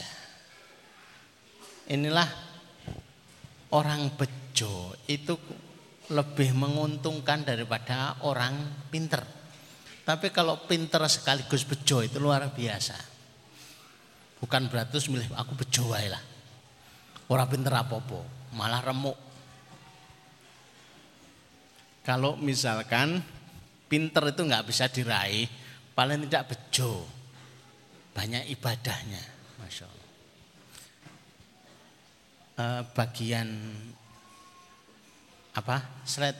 Inilah orang bejo itu lebih menguntungkan daripada orang pinter. Tapi kalau pinter sekaligus bejo itu luar biasa. Bukan berarti milih aku bejo wae lah. Orang pinter apa-apa, malah remuk. Kalau misalkan pinter itu nggak bisa diraih, paling tidak bejo, banyak ibadahnya, masya Allah. Bagian apa? Slide,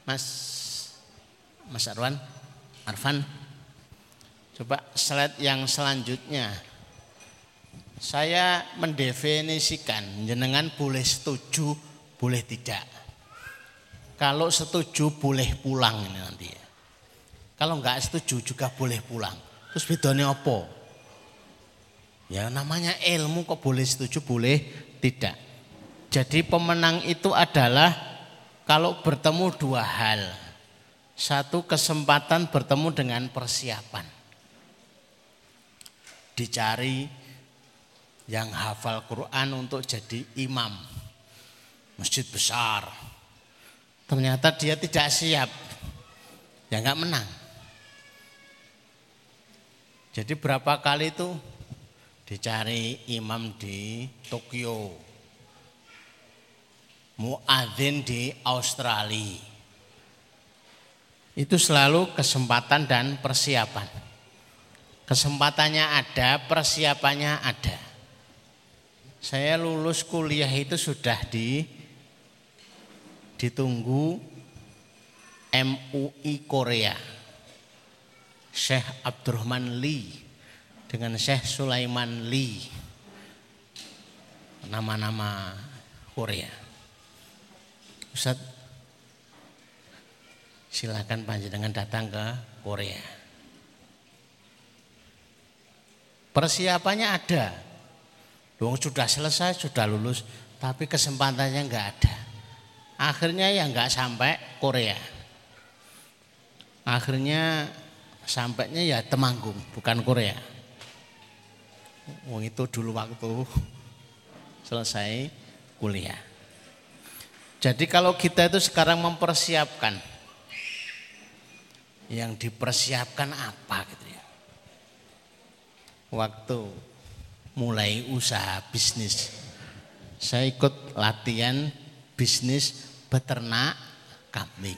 Mas Arfan, coba slide yang selanjutnya. Saya mendefinisikan, jenengan boleh setuju, boleh tidak. Kalau setuju boleh pulang ini nanti ya. Kalau enggak setuju juga boleh pulang. Terus bedanya apa? Ya namanya ilmu kok boleh setuju boleh tidak. Jadi pemenang itu adalah kalau bertemu dua hal. Satu, kesempatan bertemu dengan persiapan. Dicari yang hafal Quran untuk jadi imam masjid besar. Ternyata dia tidak siap, ya nggak menang. Jadi berapa kali itu dicari imam di Tokyo, muadzin di Australia. Itu selalu kesempatan dan persiapan. Kesempatannya ada, persiapannya ada. Saya lulus kuliah itu sudah ditunggu MUI Korea. Syekh Abdurrahman Lee dengan Syekh Sulaiman Lee. Nama-nama Korea. Ustaz, silakan panjenengan datang ke Korea. Persiapannya ada. Dong sudah selesai, sudah lulus, tapi kesempatannya enggak ada. Akhirnya ya enggak sampai Korea. Akhirnya sampainya ya Temanggung, bukan Korea. Itu dulu waktu selesai kuliah. Jadi kalau kita itu sekarang mempersiapkan, yang dipersiapkan apa gitu ya. Waktu mulai usaha bisnis, saya ikut latihan bisnis beternak kambing.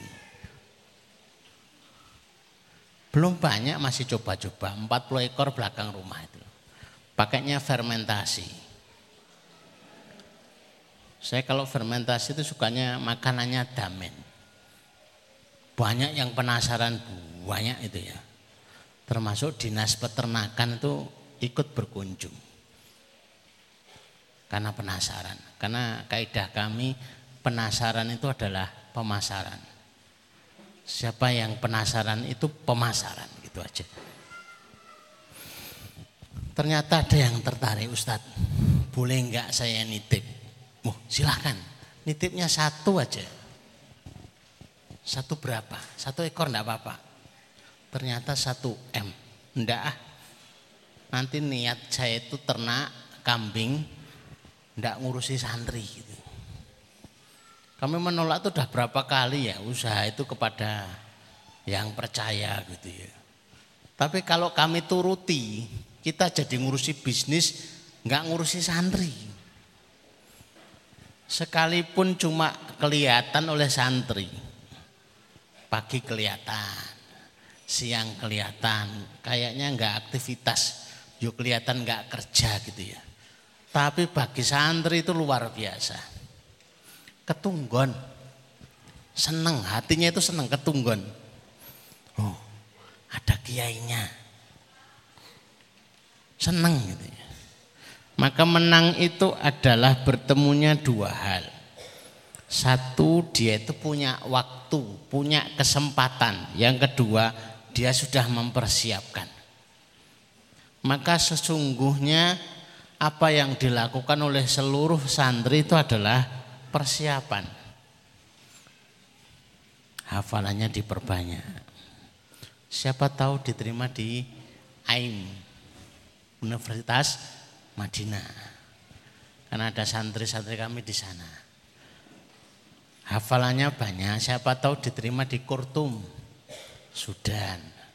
Belum banyak, masih coba-coba, 40 ekor belakang rumah itu. Pakainya fermentasi. Saya kalau fermentasi itu sukanya makanannya damen. Banyak yang penasaran, banyak itu ya. Termasuk dinas peternakan itu ikut berkunjung. Karena penasaran. Karena kaidah kami penasaran itu adalah pemasaran. Siapa yang penasaran itu pemasaran, gitu aja. Ternyata ada yang tertarik, Ustadz. Boleh enggak saya nitip? Silahkan. Nitipnya satu aja. Satu berapa? 1 ekor enggak apa-apa. Ternyata 1 M. Enggak, nanti niat saya itu ternak kambing, enggak ngurusi santri gitu. Kami menolak itu udah berapa kali ya usaha itu kepada yang percaya gitu ya. Tapi kalau kami turuti, kita jadi ngurusi bisnis, enggak ngurusi santri. Sekalipun cuma kelihatan oleh santri. Pagi kelihatan, siang kelihatan, kayaknya enggak aktivitas, yuk kelihatan enggak kerja gitu ya. Tapi bagi santri itu luar biasa. Ketunggon, seneng, hatinya itu seneng ketunggon. Oh, ada kiainya, seneng gitu ya. Maka menang itu adalah bertemunya 2 hal. Satu, dia itu punya waktu, punya kesempatan. Yang kedua, dia sudah mempersiapkan. Maka sesungguhnya apa yang dilakukan oleh seluruh santri itu adalah persiapan. Hafalannya diperbanyak. Siapa tahu diterima di AIM, Universitas Madinah. Karena ada santri-santri kami di sana. Hafalannya banyak, siapa tahu diterima di Khartoum, Sudan.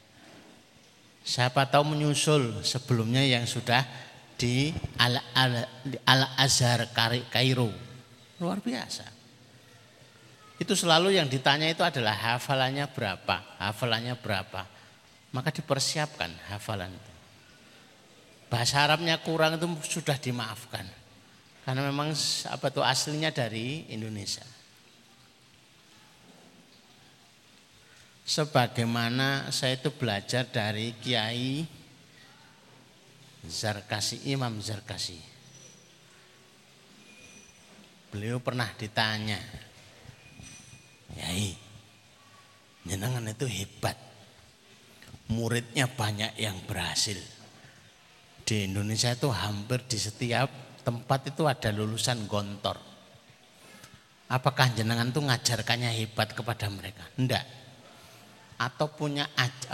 Siapa tahu menyusul sebelumnya yang sudah di Al-Azhar Kairo. Luar biasa. Itu selalu yang ditanya itu adalah hafalannya berapa, hafalannya berapa. Maka dipersiapkan hafalan itu. Bahasa Arabnya kurang itu sudah dimaafkan. Karena memang aslinya dari Indonesia. Sebagaimana saya itu belajar dari Kiai Zarkasi, Imam Zarkasi. Beliau pernah ditanya, Yai, jenengan itu hebat, muridnya banyak yang berhasil. Di Indonesia itu hampir di setiap tempat itu ada lulusan gontor. Apakah jenengan itu ngajarkannya hebat kepada mereka? Enggak. atau punya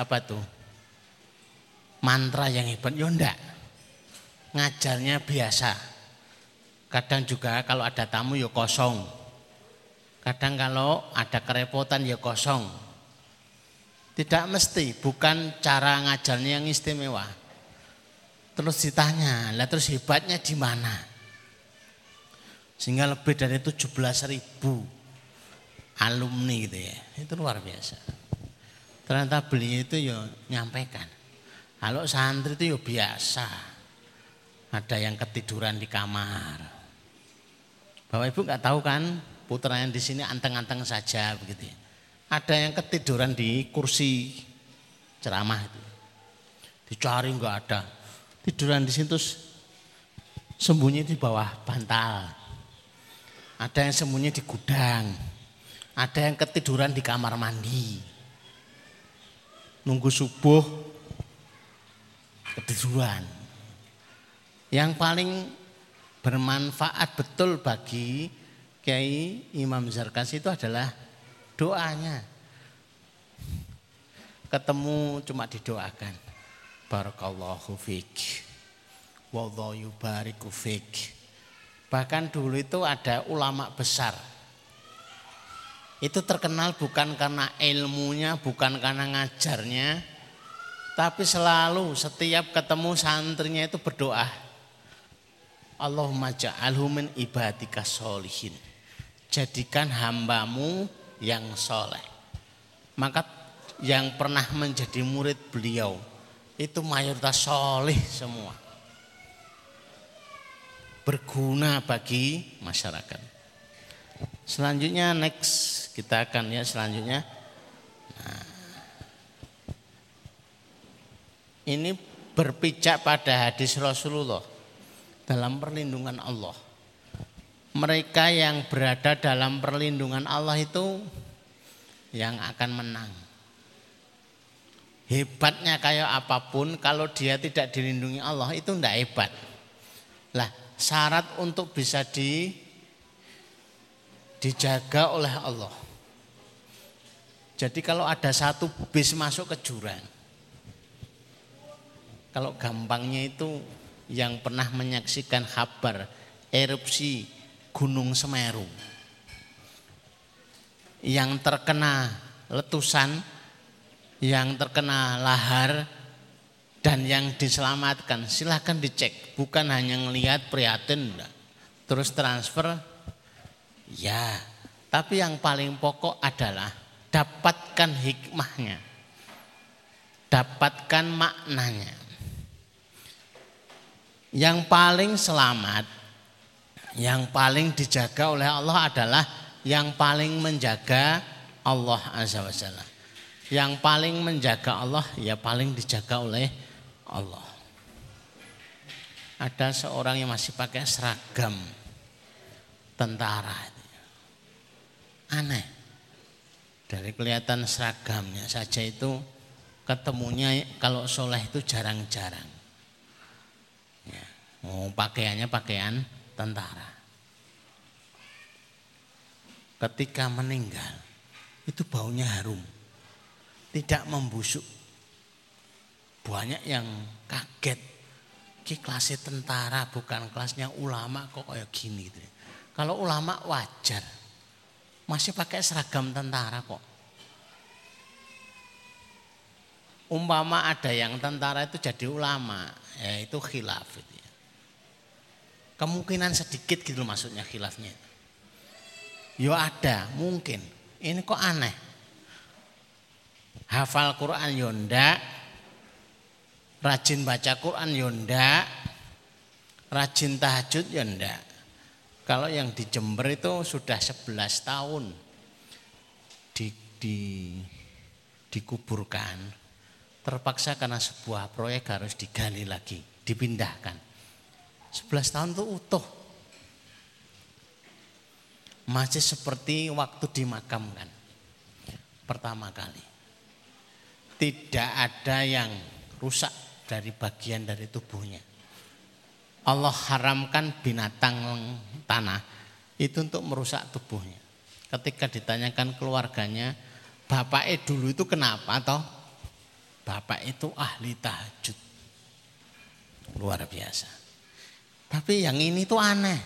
mantra yang hebat, ya enggak. Ngajarnya biasa. Kadang juga kalau ada tamu ya kosong. Kadang kalau ada kerepotan ya kosong. Tidak mesti, bukan cara ngajarnya yang istimewa. Terus ditanya, lah terus hebatnya di mana? Sehingga lebih dari 17.000 alumni gitu ya. Itu luar biasa. Ternyata beliau itu ya nyampaikan. Kalau santri itu ya biasa. Ada yang ketiduran di kamar. Bapak Ibu nggak tahu kan, putranya di sini anteng-anteng saja begitu ya. Ada yang ketiduran di kursi ceramah itu. Dicari nggak ada. Tiduran di situ sembunyi di bawah bantal. Ada yang sembunyi di gudang. Ada yang ketiduran di kamar mandi. Nunggu subuh ketiduran. Yang paling bermanfaat betul bagi Kiai Imam Zarkasi itu adalah doanya. Ketemu cuma didoakan. Barakallahu fik. Wallahu yubariku fik. Bahkan dulu itu ada ulama besar. Itu terkenal bukan karena ilmunya, bukan karena ngajarnya, tapi selalu setiap ketemu santrinya itu berdoa. Allahumma ja'alhu min ibadika sholihin. Jadikan hambamu yang soleh. Maka yang pernah menjadi murid beliau itu mayoritas soleh semua. Berguna bagi masyarakat. Selanjutnya next kita akan lihat selanjutnya. Nah, ini berpijak pada hadis Rasulullah dalam perlindungan Allah. Mereka yang berada dalam perlindungan Allah itu yang akan menang. Hebatnya kayak apapun kalau dia tidak dilindungi Allah itu tidak hebat. Lah syarat untuk bisa dijaga oleh Allah. Jadi kalau ada satu bis masuk ke jurang, kalau gampangnya itu yang pernah menyaksikan kabar erupsi Gunung Semeru yang terkena letusan, yang terkena lahar dan yang diselamatkan, silahkan dicek, bukan hanya ngelihat prihatin terus transfer ya, tapi yang paling pokok adalah dapatkan hikmahnya, dapatkan maknanya. Yang paling selamat, yang paling dijaga oleh Allah adalah yang paling menjaga Allah Azza wa Jalla. Yang paling menjaga Allah ya paling dijaga oleh Allah. Ada seorang yang masih pakai seragam tentara. Aneh. Dari kelihatan seragamnya saja itu ketemunya kalau soleh itu jarang-jarang. Ya, pakaiannya pakaian tentara. Ketika meninggal itu baunya harum, tidak membusuk. Banyak yang kaget, ki kelasnya tentara bukan kelasnya ulama kok kayak gini gitu. Kalau ulama wajar, masih pakai seragam tentara kok. Umpama ada yang tentara itu jadi ulama, ya itu khilaf gitu ya. Kemungkinan sedikit gitu maksudnya khilafnya. Yo ada, mungkin. Ini kok aneh. Hafal Quran yo ndak, rajin baca Quran yo ndak, rajin tahajud yo ndak. Kalau yang di Jember itu sudah 11 tahun dikuburkan, terpaksa karena sebuah proyek harus digali lagi, dipindahkan. 11 tahun itu utuh. Masih seperti waktu dimakamkan pertama kali. Tidak ada yang rusak dari bagian dari tubuhnya. Allah haramkan binatang tanah itu untuk merusak tubuhnya. Ketika ditanyakan keluarganya, bapaknya dulu itu kenapa toh? Bapak itu ahli tahajud. Luar biasa. Tapi yang ini tuh aneh.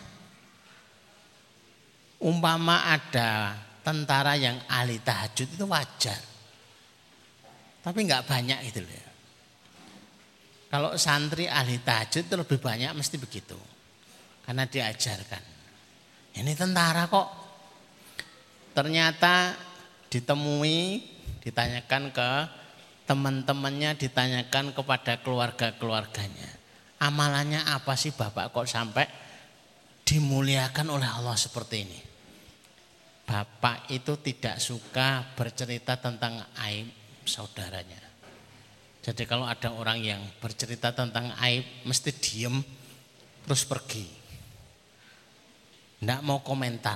Umpama ada tentara yang ahli tahajud itu wajar. Tapi enggak banyak gitu loh. Kalau santri ahli tahajud itu lebih banyak mesti begitu. Karena diajarkan. Ini tentara kok. Ternyata ditemui, ditanyakan ke teman-temannya, ditanyakan kepada keluarga-keluarganya. Amalannya apa sih Bapak kok sampai dimuliakan oleh Allah seperti ini? Bapak itu tidak suka bercerita tentang aib saudaranya. Jadi kalau ada orang yang bercerita tentang aib mesti diem terus pergi. Tidak mau komentar.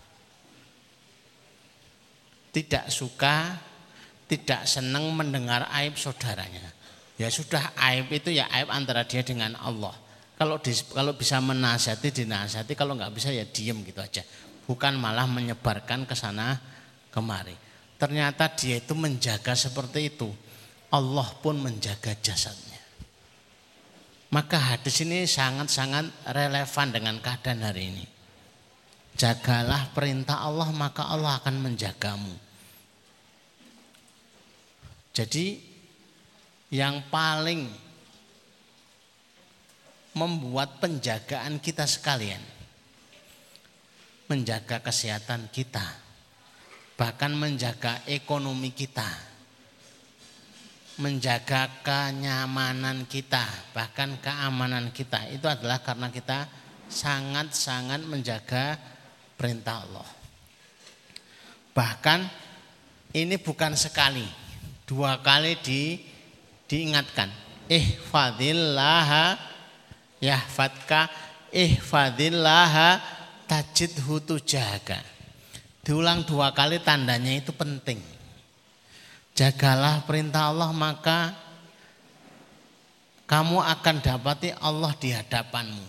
Tidak suka, tidak senang mendengar aib saudaranya. Ya sudah, aib itu ya aib antara dia dengan Allah. Kalau bisa menasihati dinasihati, kalau nggak bisa ya diem gitu aja. Bukan malah menyebarkan ke sana kemari. Ternyata dia itu menjaga seperti itu. Allah pun menjaga jasadnya. Maka hadis ini sangat-sangat relevan dengan keadaan hari ini. Jagalah perintah Allah maka Allah akan menjagamu. Jadi yang paling membuat penjagaan kita sekalian, menjaga kesehatan kita, bahkan menjaga ekonomi kita, menjaga kenyamanan kita, bahkan keamanan kita, itu adalah karena kita sangat-sangat menjaga perintah Allah. Bahkan ini bukan sekali, 2 kali diingatkan. Ihfadillaha yahfadka, ihfadillaha tajidhu tujahaka. Diulang 2 kali, tandanya itu penting. Jagalah perintah Allah maka kamu akan dapati Allah di hadapanmu.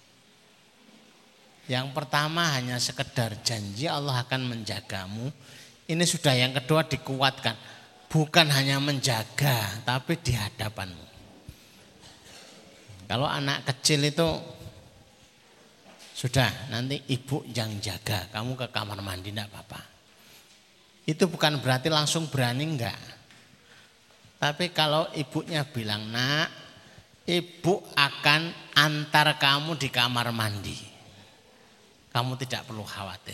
Yang pertama hanya sekedar janji Allah akan menjagamu. Ini sudah yang kedua dikuatkan. Bukan hanya menjaga tapi di hadapanmu. Kalau anak kecil itu sudah nanti ibu yang jaga, kamu ke kamar mandi enggak apa-apa. Itu bukan berarti langsung berani enggak. Tapi kalau ibunya bilang, "Nak, ibu akan antar kamu di kamar mandi." Kamu tidak perlu khawatir.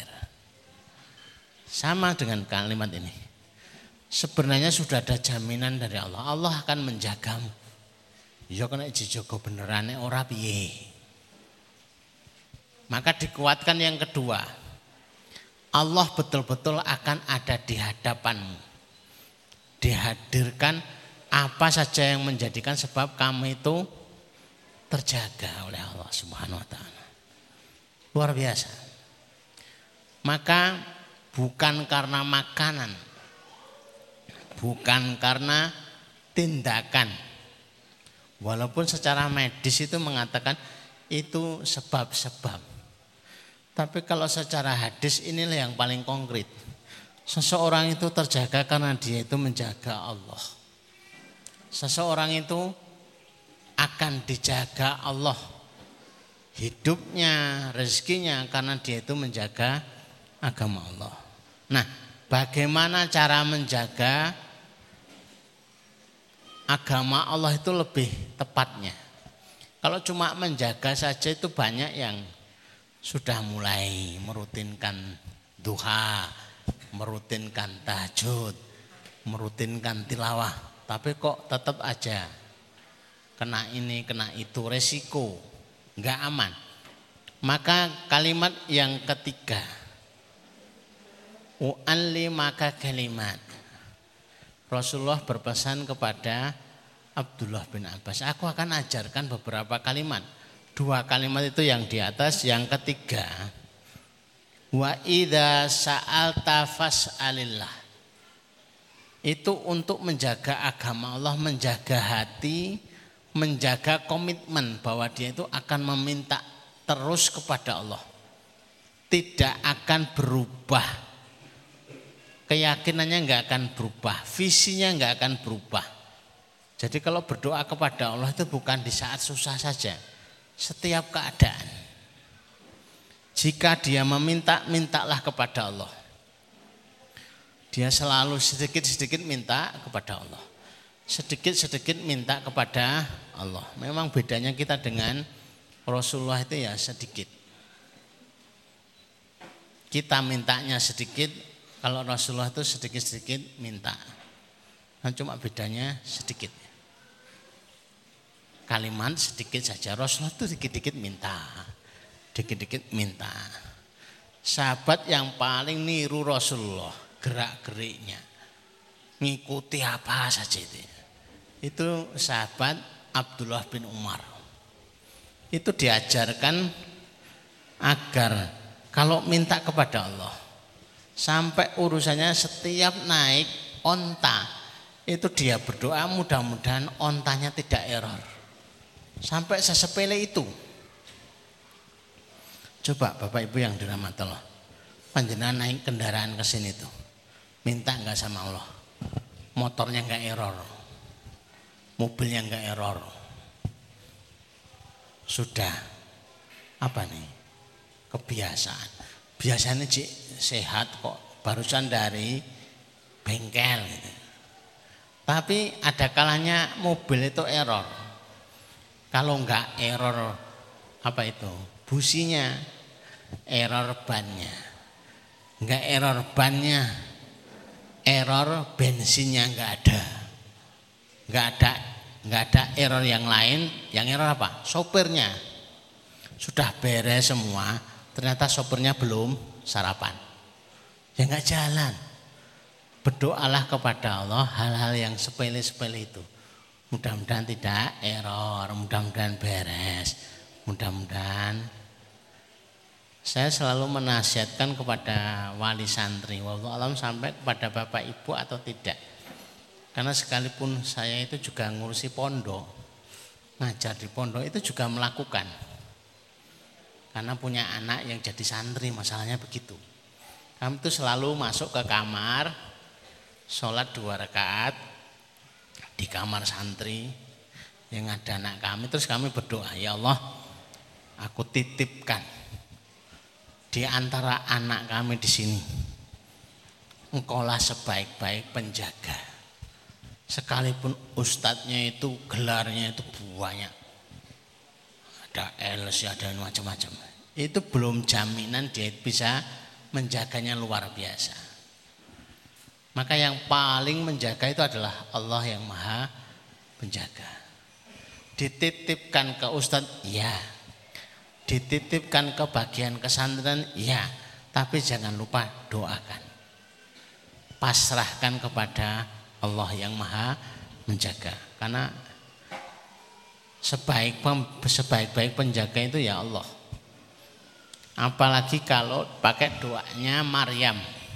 Sama dengan kalimat ini. Sebenarnya sudah ada jaminan dari Allah. Allah akan menjagamu. Ya kena dijaga benerane ora piye. Maka dikuatkan yang kedua. Allah betul-betul akan ada di hadapanmu. Dihadirkan apa saja yang menjadikan sebab kamu itu terjaga oleh Allah Subhanahu wa taala. Luar biasa. Maka bukan karena makanan, bukan karena tindakan. Walaupun secara medis itu mengatakan itu sebab-sebab. Tapi kalau secara hadis inilah yang paling konkret. Seseorang itu terjaga karena dia itu menjaga Allah. Seseorang itu akan dijaga Allah. Hidupnya, rezekinya karena dia itu menjaga agama Allah. Nah, bagaimana cara menjaga agama Allah itu lebih tepatnya? Kalau cuma menjaga saja itu banyak yang sudah mulai merutinkan duha, merutinkan tahajud, merutinkan tilawah, tapi kok tetap aja kena ini, kena itu, resiko. Enggak aman. Maka kalimat yang ketiga, maka kalimat. Rasulullah berpesan kepada Abdullah bin Abbas, aku akan ajarkan beberapa kalimat. 2 kalimat itu yang di atas, yang ketiga, wa idza sa'alta fas'alillah. Itu untuk menjaga agama Allah, menjaga hati, menjaga komitmen bahwa dia itu akan meminta terus kepada Allah. Tidak akan berubah keyakinannya nggak akan berubah, visinya nggak akan berubah. Jadi kalau berdoa kepada Allah itu bukan di saat susah saja, setiap keadaan. Jika dia meminta, mintalah kepada Allah. Dia selalu sedikit-sedikit minta kepada Allah. Sedikit-sedikit minta kepada Allah. Memang bedanya kita dengan Rasulullah itu ya sedikit. Kita mintanya sedikit, kalau Rasulullah itu sedikit-sedikit minta. Nah, cuma bedanya sedikit. Kalimat sedikit saja, Rasulullah itu dikit-dikit minta. Dikit-dikit minta. Sahabat yang paling niru Rasulullah, gerak-geriknya, ngikuti apa saja itu sahabat Abdullah bin Umar. Itu diajarkan agar kalau minta kepada Allah, sampai urusannya setiap naik onta, itu dia berdoa mudah-mudahan ontanya tidak error. Sampai sesepele itu. Coba Bapak Ibu yang dirahmati Allah, panjenengan naik kendaraan ke sini tuh, minta enggak sama Allah, motornya enggak error, mobilnya enggak error, sudah apa nih kebiasaan, biasanya sehat kok, barusan dari bengkel gitu. Tapi ada kalanya mobil itu error, kalau enggak error apa itu businya, error bannya, enggak error bannya, error bensinnya enggak ada error yang lain. Yang error apa? Sopirnya sudah beres semua, ternyata sopirnya belum sarapan, ya enggak jalan. Berdoalah kepada Allah hal-hal yang sepele-sepele itu, mudah-mudahan tidak error, mudah-mudahan beres, mudah-mudahan. Saya selalu menasihatkan kepada wali santri, wallahu alam sampai kepada Bapak Ibu atau tidak. Karena sekalipun saya itu juga ngurusi pondok, ngajar di pondok itu juga melakukan. Karena punya anak yang jadi santri, masalahnya begitu. Kami itu selalu masuk ke kamar, sholat 2 rakaat di kamar santri yang ada anak kami, terus kami berdoa, ya Allah, aku titipkan di antara anak kami di sini, engkaulah sebaik-baik penjaga. Sekalipun ustadznya itu gelarnya itu banyak, ada LC, ada macam-macam, itu belum jaminan dia bisa menjaganya luar biasa. Maka yang paling menjaga itu adalah Allah yang maha penjaga. Dititipkan ke ustadz, ya. Dititipkan ke bagian kesantren, ya, tapi jangan lupa doakan. Pasrahkan kepada Allah yang maha menjaga. Karena sebaik-baik penjaga itu ya Allah. Apalagi kalau pakai doanya Maryam,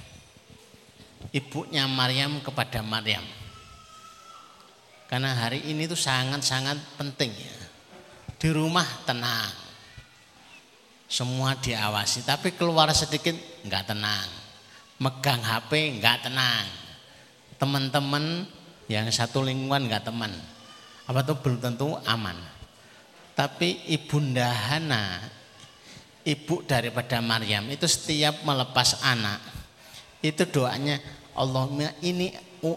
ibunya Maryam kepada Maryam. Karena hari ini tuh sangat-sangat penting ya. Di rumah tenang, semua diawasi, tapi keluar sedikit enggak tenang, megang HP enggak tenang, teman-teman yang satu lingkungan enggak teman, apa tuh belum tentu aman. Tapi Ibunda Hana, ibu daripada Maryam, itu setiap melepas anak itu doanya, Allahumma ini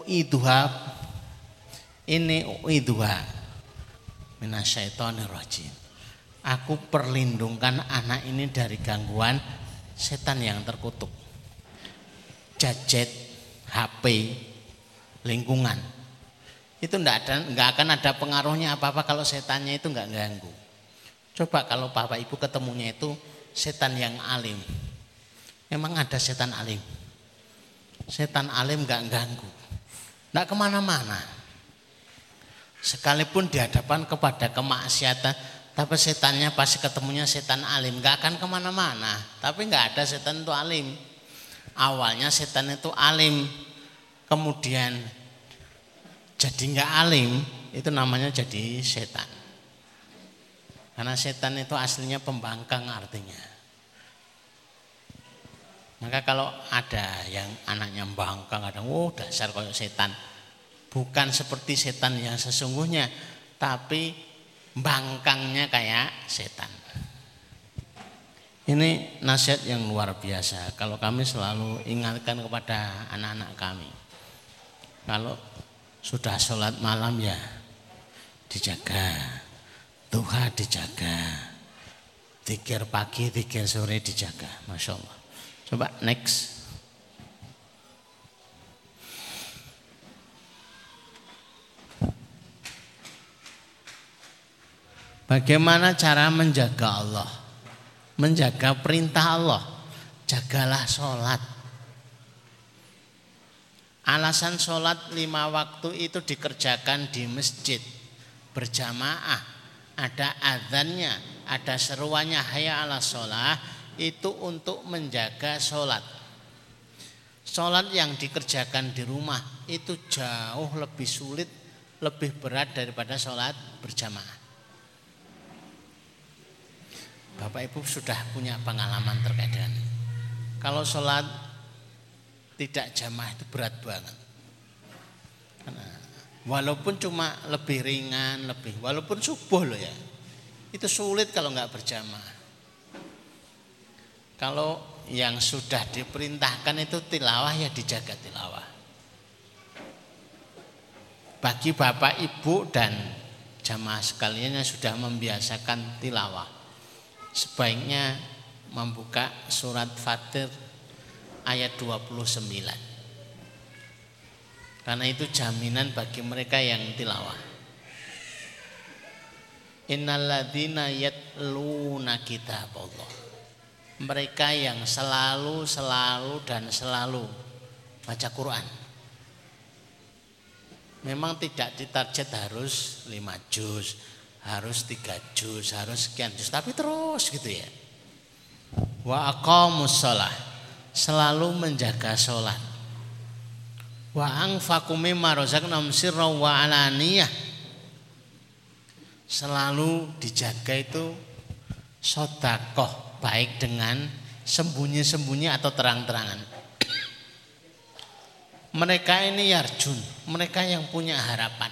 u'iduha minasyaitonir rajim. Aku perlindungkan anak ini dari gangguan setan yang terkutuk. Gadget, HP, lingkungan. Itu enggak akan ada pengaruhnya apa-apa kalau setannya itu enggak ganggu. Coba kalau Bapak Ibu ketemunya itu setan yang alim. Memang ada setan alim. Setan alim enggak ganggu, enggak kemana-mana. Sekalipun di hadapan kepada kemaksiatan, tapi setannya pasti ketemunya setan alim, gak akan kemana-mana. Tapi gak ada setan itu alim. Awalnya setan itu alim, kemudian jadi gak alim, itu namanya jadi setan. Karena setan itu aslinya pembangkang artinya. Maka kalau ada yang anaknya bangkang kadang, dasar kayak setan. Bukan seperti setan yang sesungguhnya, tapi bangkangnya kayak setan. Ini nasihat yang luar biasa. Kalau kami selalu ingatkan kepada anak-anak kami, kalau sudah sholat malam ya dijaga, duha dijaga, zikir pagi, zikir sore dijaga. Masya Allah. Coba next. Bagaimana cara menjaga Allah? Menjaga perintah Allah. Jagalah sholat. Alasan sholat 5 waktu itu dikerjakan di masjid berjamaah. Ada azannya, ada seruannya hayya 'alas sholah, itu untuk menjaga sholat. Sholat yang dikerjakan di rumah itu jauh lebih sulit, lebih berat daripada sholat berjamaah. Bapak Ibu sudah punya pengalaman terkait dengan ini. Kalau sholat tidak jamaah itu berat banget. Walaupun cuma lebih ringan, walaupun subuh loh ya, itu sulit kalau nggak berjamaah. Kalau yang sudah diperintahkan itu tilawah ya dijaga tilawah. Bagi Bapak Ibu dan jamaah sekalian yang sudah membiasakan tilawah, sebaiknya membuka surat Fatir ayat 29. Karena itu jaminan bagi mereka yang tilawah. Innalladzina yatluna kitaballah. Mereka yang selalu baca Quran. Memang tidak ditarget harus 5 juz, harus 3 juz, harus sekian juz, tapi terus gitu ya. Wa aqamus shalah, selalu menjaga sholat. Wa anfaqu mimma razaqnahum sirran wa alaniyah, selalu dijaga itu sedekah, baik dengan sembunyi-sembunyi atau terang-terangan. Mereka ini yarjun, mereka yang punya harapan.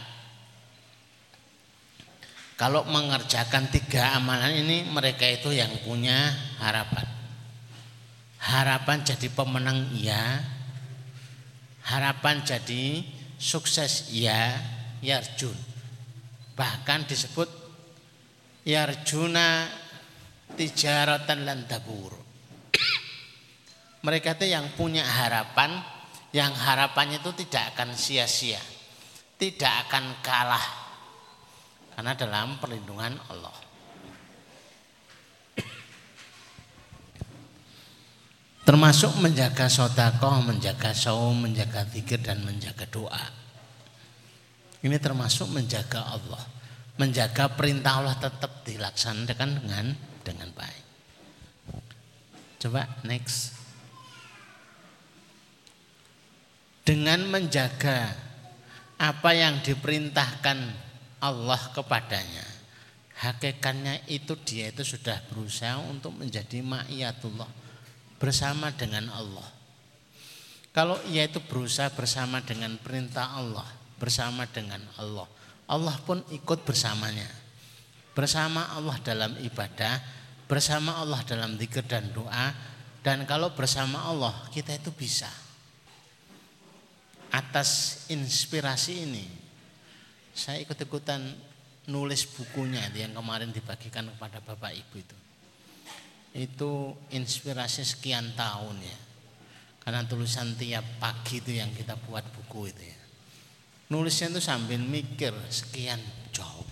Kalau mengerjakan 3 amalan ini, mereka itu yang punya harapan. Harapan jadi pemenang iya, harapan jadi sukses iya, yarjun. Bahkan disebut yarjuna tijaratan lan tabur. Mereka itu yang punya harapan, yang harapannya itu tidak akan sia-sia, tidak akan kalah, karena dalam perlindungan Allah. Termasuk menjaga sedekah, menjaga saum, menjaga zikir dan menjaga doa. Ini termasuk menjaga Allah, menjaga perintah Allah tetap dilaksanakan dengan baik. Coba next. Dengan menjaga apa yang diperintahkan Allah kepadanya, hakikatnya itu dia itu sudah berusaha untuk menjadi ma'iyatullah, bersama dengan Allah. Kalau ia itu berusaha bersama dengan perintah Allah, bersama dengan Allah, Allah pun ikut bersamanya. Bersama Allah dalam ibadah, bersama Allah dalam zikir dan doa. Dan kalau bersama Allah, kita itu bisa. Atas inspirasi ini, saya ikut-ikutan nulis bukunya yang kemarin dibagikan kepada Bapak Ibu itu. Itu inspirasi sekian tahun ya. Karena tulisan tiap pagi itu yang kita buat buku itu ya. Nulisnya itu sambil mikir sekian jauh.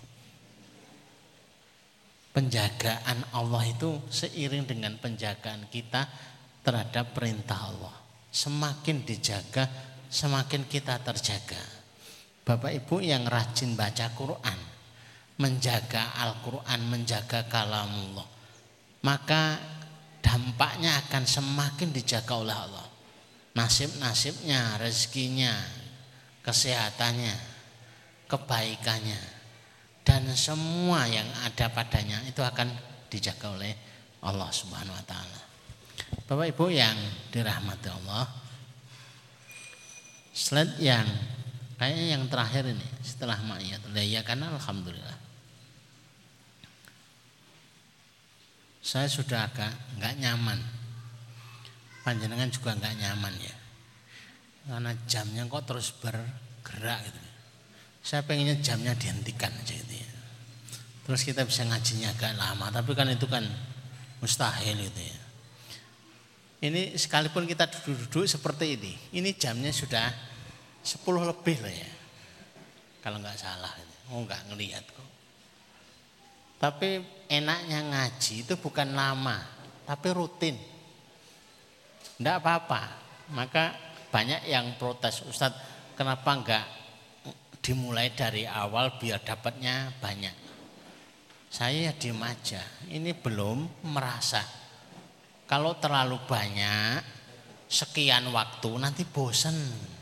Penjagaan Allah itu seiring dengan penjagaan kita terhadap perintah Allah. Semakin dijaga, semakin kita terjaga. Bapak Ibu yang rajin baca Quran, menjaga Al-Quran, menjaga kalamullah, maka dampaknya akan semakin dijaga oleh Allah. Nasib-nasibnya, rezekinya, kesehatannya, kebaikannya, dan semua yang ada padanya itu akan dijaga oleh Allah Subhanahu wa taala. Bapak Ibu yang dirahmati Allah, slide yang kayaknya yang terakhir ini setelah ma'iyat. Ya karena alhamdulillah saya sudah agak nggak nyaman, panjenengan juga nggak nyaman ya, karena jamnya kok terus bergerak gitu. Saya pengennya jamnya dihentikan aja gitu ya. Terus kita bisa ngajinya agak lama, tapi kan itu kan mustahil gitu ya. Ini sekalipun kita duduk-duduk seperti ini jamnya sudah 10 lebih loh ya, kalau nggak salah. Nggak ngelihat kok. Tapi enaknya ngaji itu bukan lama, tapi rutin. Enggak apa-apa. Maka banyak yang protes, Ustadz kenapa enggak dimulai dari awal biar dapatnya banyak. Saya ya diem aja, ini belum merasa. Kalau terlalu banyak, sekian waktu nanti bosen.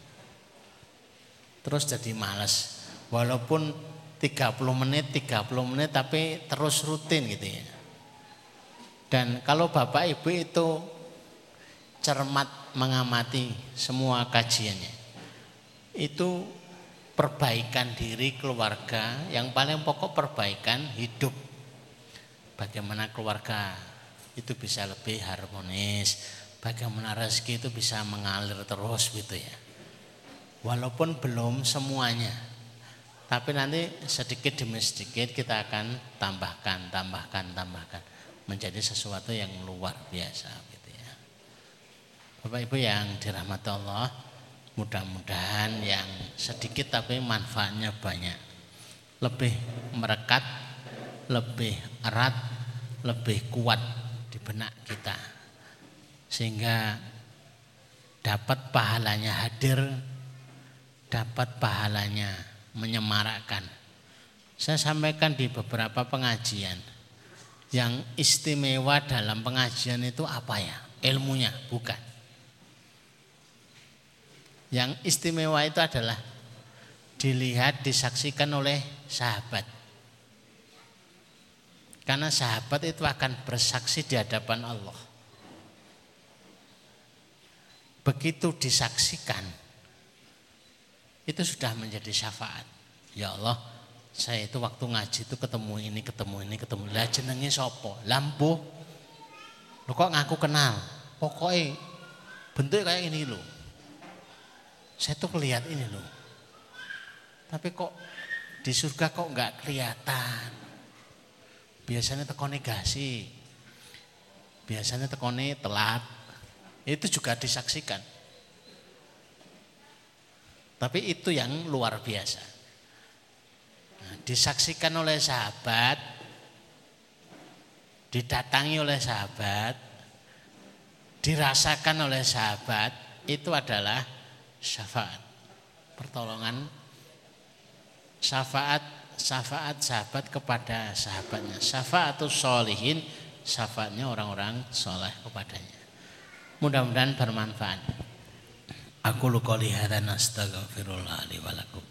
Terus jadi malas. Walaupun 30 menit tapi terus rutin gitu ya. Dan kalau Bapak Ibu itu cermat mengamati semua kajiannya, itu perbaikan diri keluarga, yang paling pokok perbaikan hidup. Bagaimana keluarga itu bisa lebih harmonis, bagaimana rezeki itu bisa mengalir terus gitu ya. Walaupun belum semuanya, tapi nanti sedikit demi sedikit kita akan tambahkan menjadi sesuatu yang luar biasa gitu ya. Bapak Ibu yang dirahmati Allah, mudah-mudahan yang sedikit tapi manfaatnya banyak, lebih merekat, lebih erat, lebih kuat di benak kita, sehingga dapat pahalanya hadir, dapat pahalanya menyemarakkan. Saya sampaikan di beberapa pengajian, yang istimewa dalam pengajian itu apa ya? Ilmunya, bukan. Yang istimewa itu adalah dilihat, disaksikan oleh sahabat. Karena sahabat itu akan bersaksi di hadapan Allah. Begitu disaksikan, itu sudah menjadi syafaat. Ya Allah, saya itu waktu ngaji itu ketemu ini. Lah jenenge sapa? Lampuh. Lo kok ngaku kenal? Pokoknya bentuk kayak ini loh. Saya tuh lihat ini loh. Tapi kok di surga kok enggak kelihatan. Biasanya tekone gasi. Biasanya tekone telat. Itu juga disaksikan. Tapi itu yang luar biasa. Nah, disaksikan oleh sahabat, didatangi oleh sahabat, dirasakan oleh sahabat, itu adalah syafaat. Pertolongan, syafaat sahabat kepada sahabatnya. Syafaatus sholihin, syafaatnya orang-orang soleh kepadanya. Mudah-mudahan bermanfaat. Aku qouli hadza astaghfirullah li wa lakum.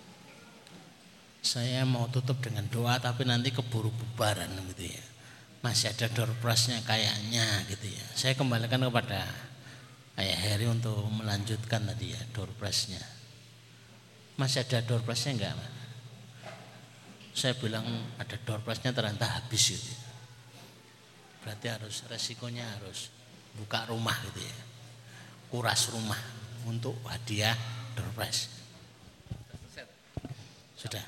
Saya mau tutup dengan doa tapi nanti keburu bubaran gitu ya. Masih ada door prize-nya kayaknya gitu ya. Saya kembalikan kepada Ayah Heri untuk melanjutkan tadi ya door prize-nya. Masih ada door prize-nya enggak, Mas? Saya bilang ada door prize-nya ternyata habis gitu. Berarti harus resikonya harus buka rumah gitu ya. Kuras rumah untuk hadiah door prize. Sudah.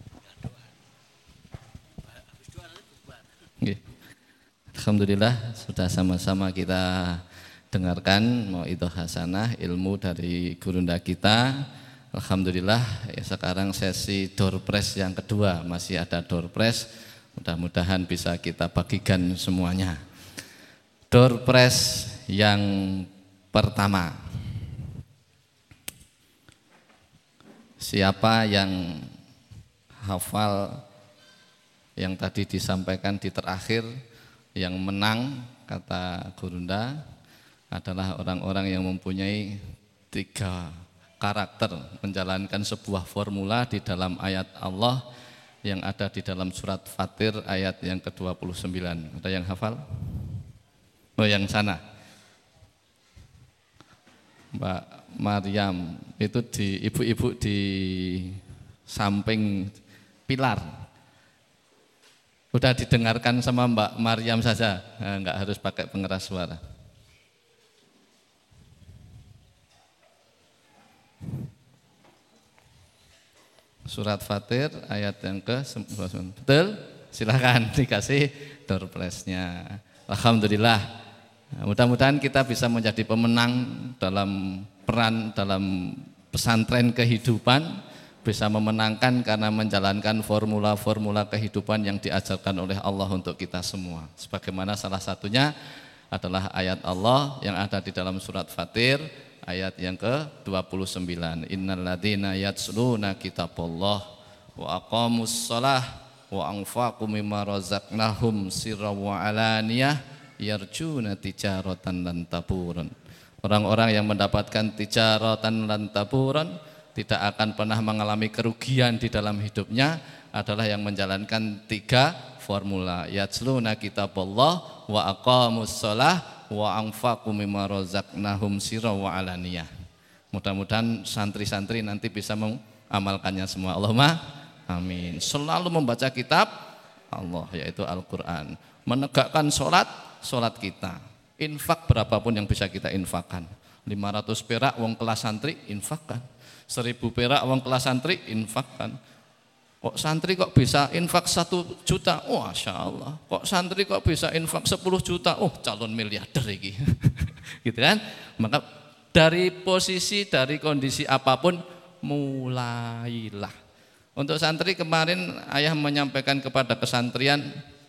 Alhamdulillah sudah sama-sama kita dengarkan mauidhah hasanah ilmu dari gurunda kita. Alhamdulillah ya, sekarang sesi door prize yang kedua, masih ada door prize. Mudah-mudahan bisa kita bagikan semuanya. Door prize yang pertama, siapa yang hafal yang tadi disampaikan di terakhir, yang menang kata Gurunda adalah orang-orang yang mempunyai 3 karakter menjalankan sebuah formula di dalam ayat Allah yang ada di dalam surat Fatir ayat yang ke-29. Ada yang hafal? Oh, yang sana. Mbak Maryam itu di ibu-ibu di samping pilar. Udah didengarkan sama Mbak Maryam saja, enggak harus pakai pengeras suara. Surat Fatir ayat yang ke-9. Betul? Silakan dikasih door prize-nya. Alhamdulillah. Mudah-mudahan kita bisa menjadi pemenang dalam peran dalam pesantren kehidupan, bisa memenangkan karena menjalankan formula-formula kehidupan yang diajarkan oleh Allah untuk kita semua. Sebagaimana salah satunya adalah ayat Allah yang ada di dalam surat Fatir ayat yang ke-29. Innal ladzina yatsluna kitaballah wa aqamus shalah wa anfaqu mimma razaqnahum sirran wa alaniyah yarjuna tijaratan lan taburan. Orang-orang yang mendapatkan tijaratan lan taburan tidak akan pernah mengalami kerugian di dalam hidupnya adalah yang menjalankan 3 formula. Yatsluna kitaballah wa aqamus shalah wa anfaqu mimma razaqnahum sirran wa alaniyah. Mudah-mudahan santri-santri nanti bisa mengamalkannya semua. Allahumma amin. Selalu membaca kitab Allah yaitu Al-Qur'an. Menegakkan sholat kita. Infak berapapun yang bisa kita infakkan. 500 perak wong kelas santri infakkan. 1000 perak wong kelas santri infakkan. Kok santri kok bisa infak 1 juta? Oh, Masya Allah. Kok santri kok bisa infak 10 juta? Oh, calon miliarder ini. Gitu kan? Maka dari posisi, dari kondisi apapun, mulailah. Untuk santri kemarin ayah menyampaikan kepada kesantrian,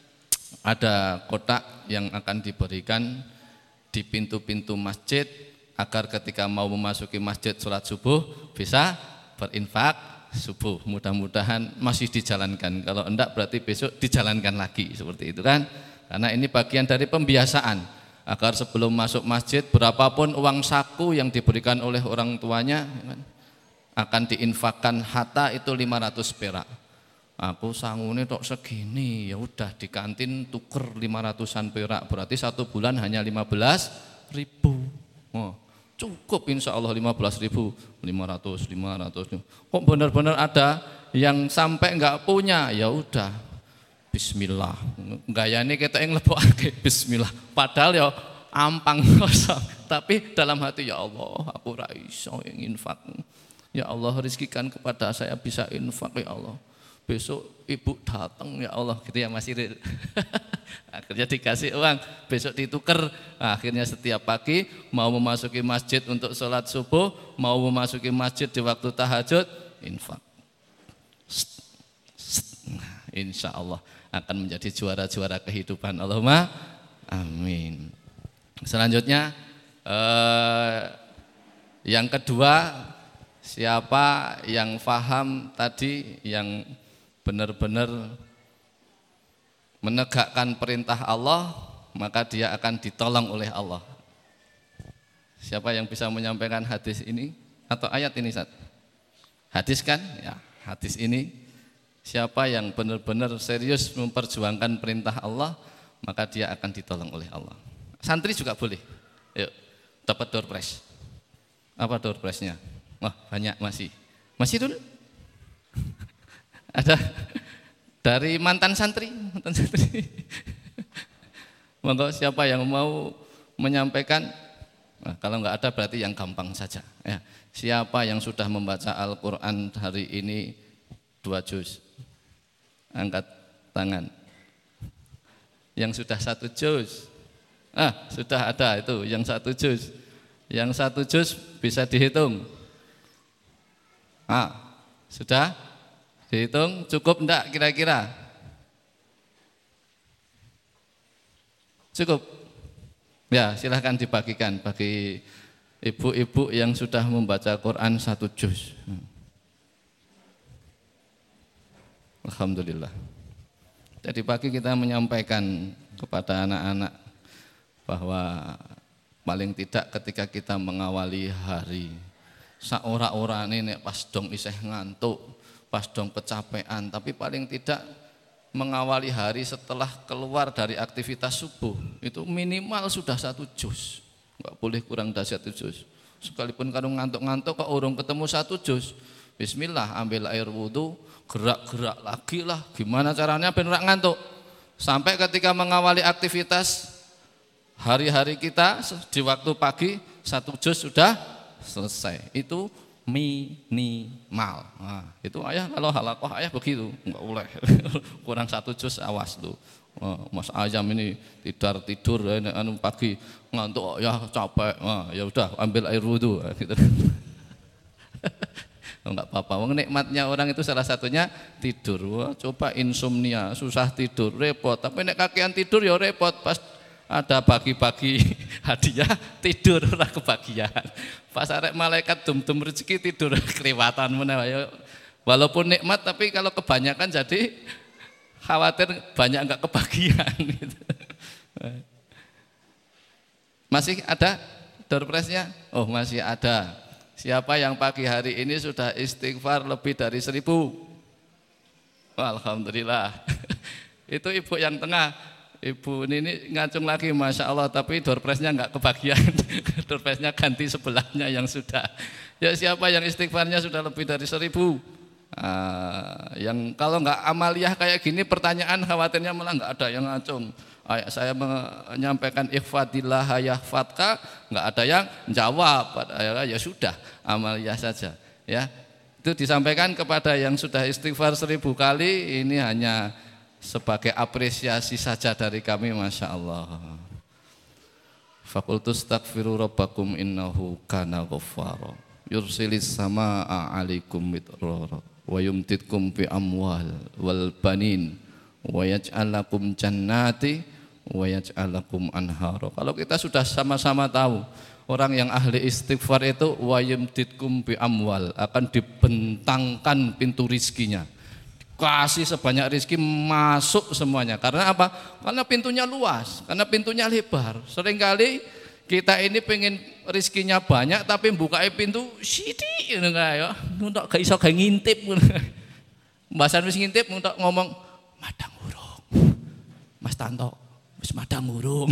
ada kotak yang akan diberikan di pintu-pintu masjid agar ketika mau memasuki masjid sholat subuh bisa berinfak subuh. Mudah-mudahan masih dijalankan. Kalau enggak berarti besok dijalankan lagi seperti itu kan. Karena ini bagian dari pembiasaan agar sebelum masuk masjid berapapun uang saku yang diberikan oleh orang tuanya akan diinfakkan hatta itu 500 perak. Aku sangune tok segini, ya udah di kantin tuker 500-an perak, berarti 1 bulan hanya 15.000. Oh, cukup insya Allah 15.000, 500. Kok benar-benar ada yang sampai enggak punya, ya udah bismillah. Gayane kita yang lebokake bismillah. Padahal ya ampang kosong, tapi dalam hati ya Allah, aku ra iso infak. Ya Allah rizkikan kepada saya bisa infak ya Allah. Besok ibu datang ya Allah gitu ya Mas Iril. Akhirnya dikasih uang, besok ditukar. Akhirnya setiap pagi mau memasuki masjid untuk sholat subuh, mau memasuki masjid di waktu tahajud, infak. Insya Allah akan menjadi juara-juara kehidupan. Allahumma amin. Selanjutnya yang kedua, siapa yang faham tadi, yang benar-benar menegakkan perintah Allah, maka dia akan ditolong oleh Allah. Siapa yang bisa menyampaikan hadis ini atau ayat ini, Ustaz? Hadis kan? Ya, hadis ini. Siapa yang benar-benar serius memperjuangkan perintah Allah, maka dia akan ditolong oleh Allah. Santri juga boleh. Yuk, dapat door prize. Apa door prize-nya? Wah, banyak masih. Masih dulu? Ada dari mantan santri. Monggo siapa yang mau menyampaikan? Nah, kalau enggak ada berarti yang gampang saja. Ya. Siapa yang sudah membaca Al-Quran hari ini 2 juz? Angkat tangan. Yang sudah 1 juz? Sudah ada itu yang 1 juz. Yang 1 juz bisa dihitung. Sudah? Dihitung cukup enggak kira-kira? Cukup? Ya silahkan dibagikan bagi ibu-ibu yang sudah membaca Quran 1 juz. Alhamdulillah. Jadi pagi kita menyampaikan kepada anak-anak bahwa paling tidak ketika kita mengawali hari, saora-ora ini pas dong isih ngantuk, pas dong kecapean, tapi paling tidak mengawali hari setelah keluar dari aktivitas subuh itu minimal sudah 1 juz, nggak boleh kurang dari 1 juz. sekalipun kadung ngantuk-ngantuk kok urung ketemu 1 juz. Bismillah, ambil air wudhu, gerak-gerak lagi lah. Gimana caranya ben ora ngantuk? Sampai ketika mengawali aktivitas hari-hari kita di waktu pagi 1 juz sudah selesai. Itu minimal. Nah, itu ayah kalau halakoh ayah begitu, enggak boleh. Kurang 1 juz awas lu. Mas Ayam ini tidur anu pagi ngantuk ya capek. Ya udah ambil air wudu gitu. Enggak apa-apa. Wong nikmatnya orang itu salah satunya tidur. Wah, coba insomnia, susah tidur, repot. Tapi nek kakean tidur ya repot. Pas ada bagi-bagi hadiah tidur ora kebagian. Pas arek malaikat dum-dum rezeki tidur kelewatan meneh ya. Walaupun nikmat tapi kalau kebanyakan jadi khawatir banyak enggak kebagian gitu. Masih ada door prize-nya? Oh, masih ada. Siapa yang pagi hari ini sudah istighfar lebih dari 1000? Alhamdulillah. Itu ibu yang tengah. Ibu ini ngacung lagi, Masya Allah, tapi door prize-nya enggak kebagian. Door prize-nya ganti sebelahnya yang sudah. Ya siapa yang istighfarnya sudah lebih dari 1000? Yang kalau enggak amaliyah kayak gini pertanyaan khawatirnya malah enggak ada yang ngacung. Saya menyampaikan ihfadillah yahfadka, enggak ada yang jawab. Ya sudah, amaliyah saja ya. Itu disampaikan kepada yang sudah istighfar 1000 kali, ini hanya sebagai apresiasi saja dari kami, Masya Allah. Fakultus takfiru rabbakum innahu kana ghaffara yursilis samaa'a alaikum midrara wa yumtitkum bi amwal wal banin wa yaj'al lakum jannati wa yaj'al lakum anhara. Kalau kita sudah sama-sama tahu orang yang ahli istighfar itu wa yumtitkum bi amwal, akan dibentangkan pintu rizkinya, kasih sebanyak rezeki masuk semuanya. Karena apa? Karena pintunya luas, karena pintunya lebar. Seringkali kita ini pengen rezekinya banyak tapi buka pintu sithik ngono kae ya. Untuk gak iso gak ngintip ngono. Mbasan wis ngintip untuk ngomong madang urung. Mas Tanto wis madang urung.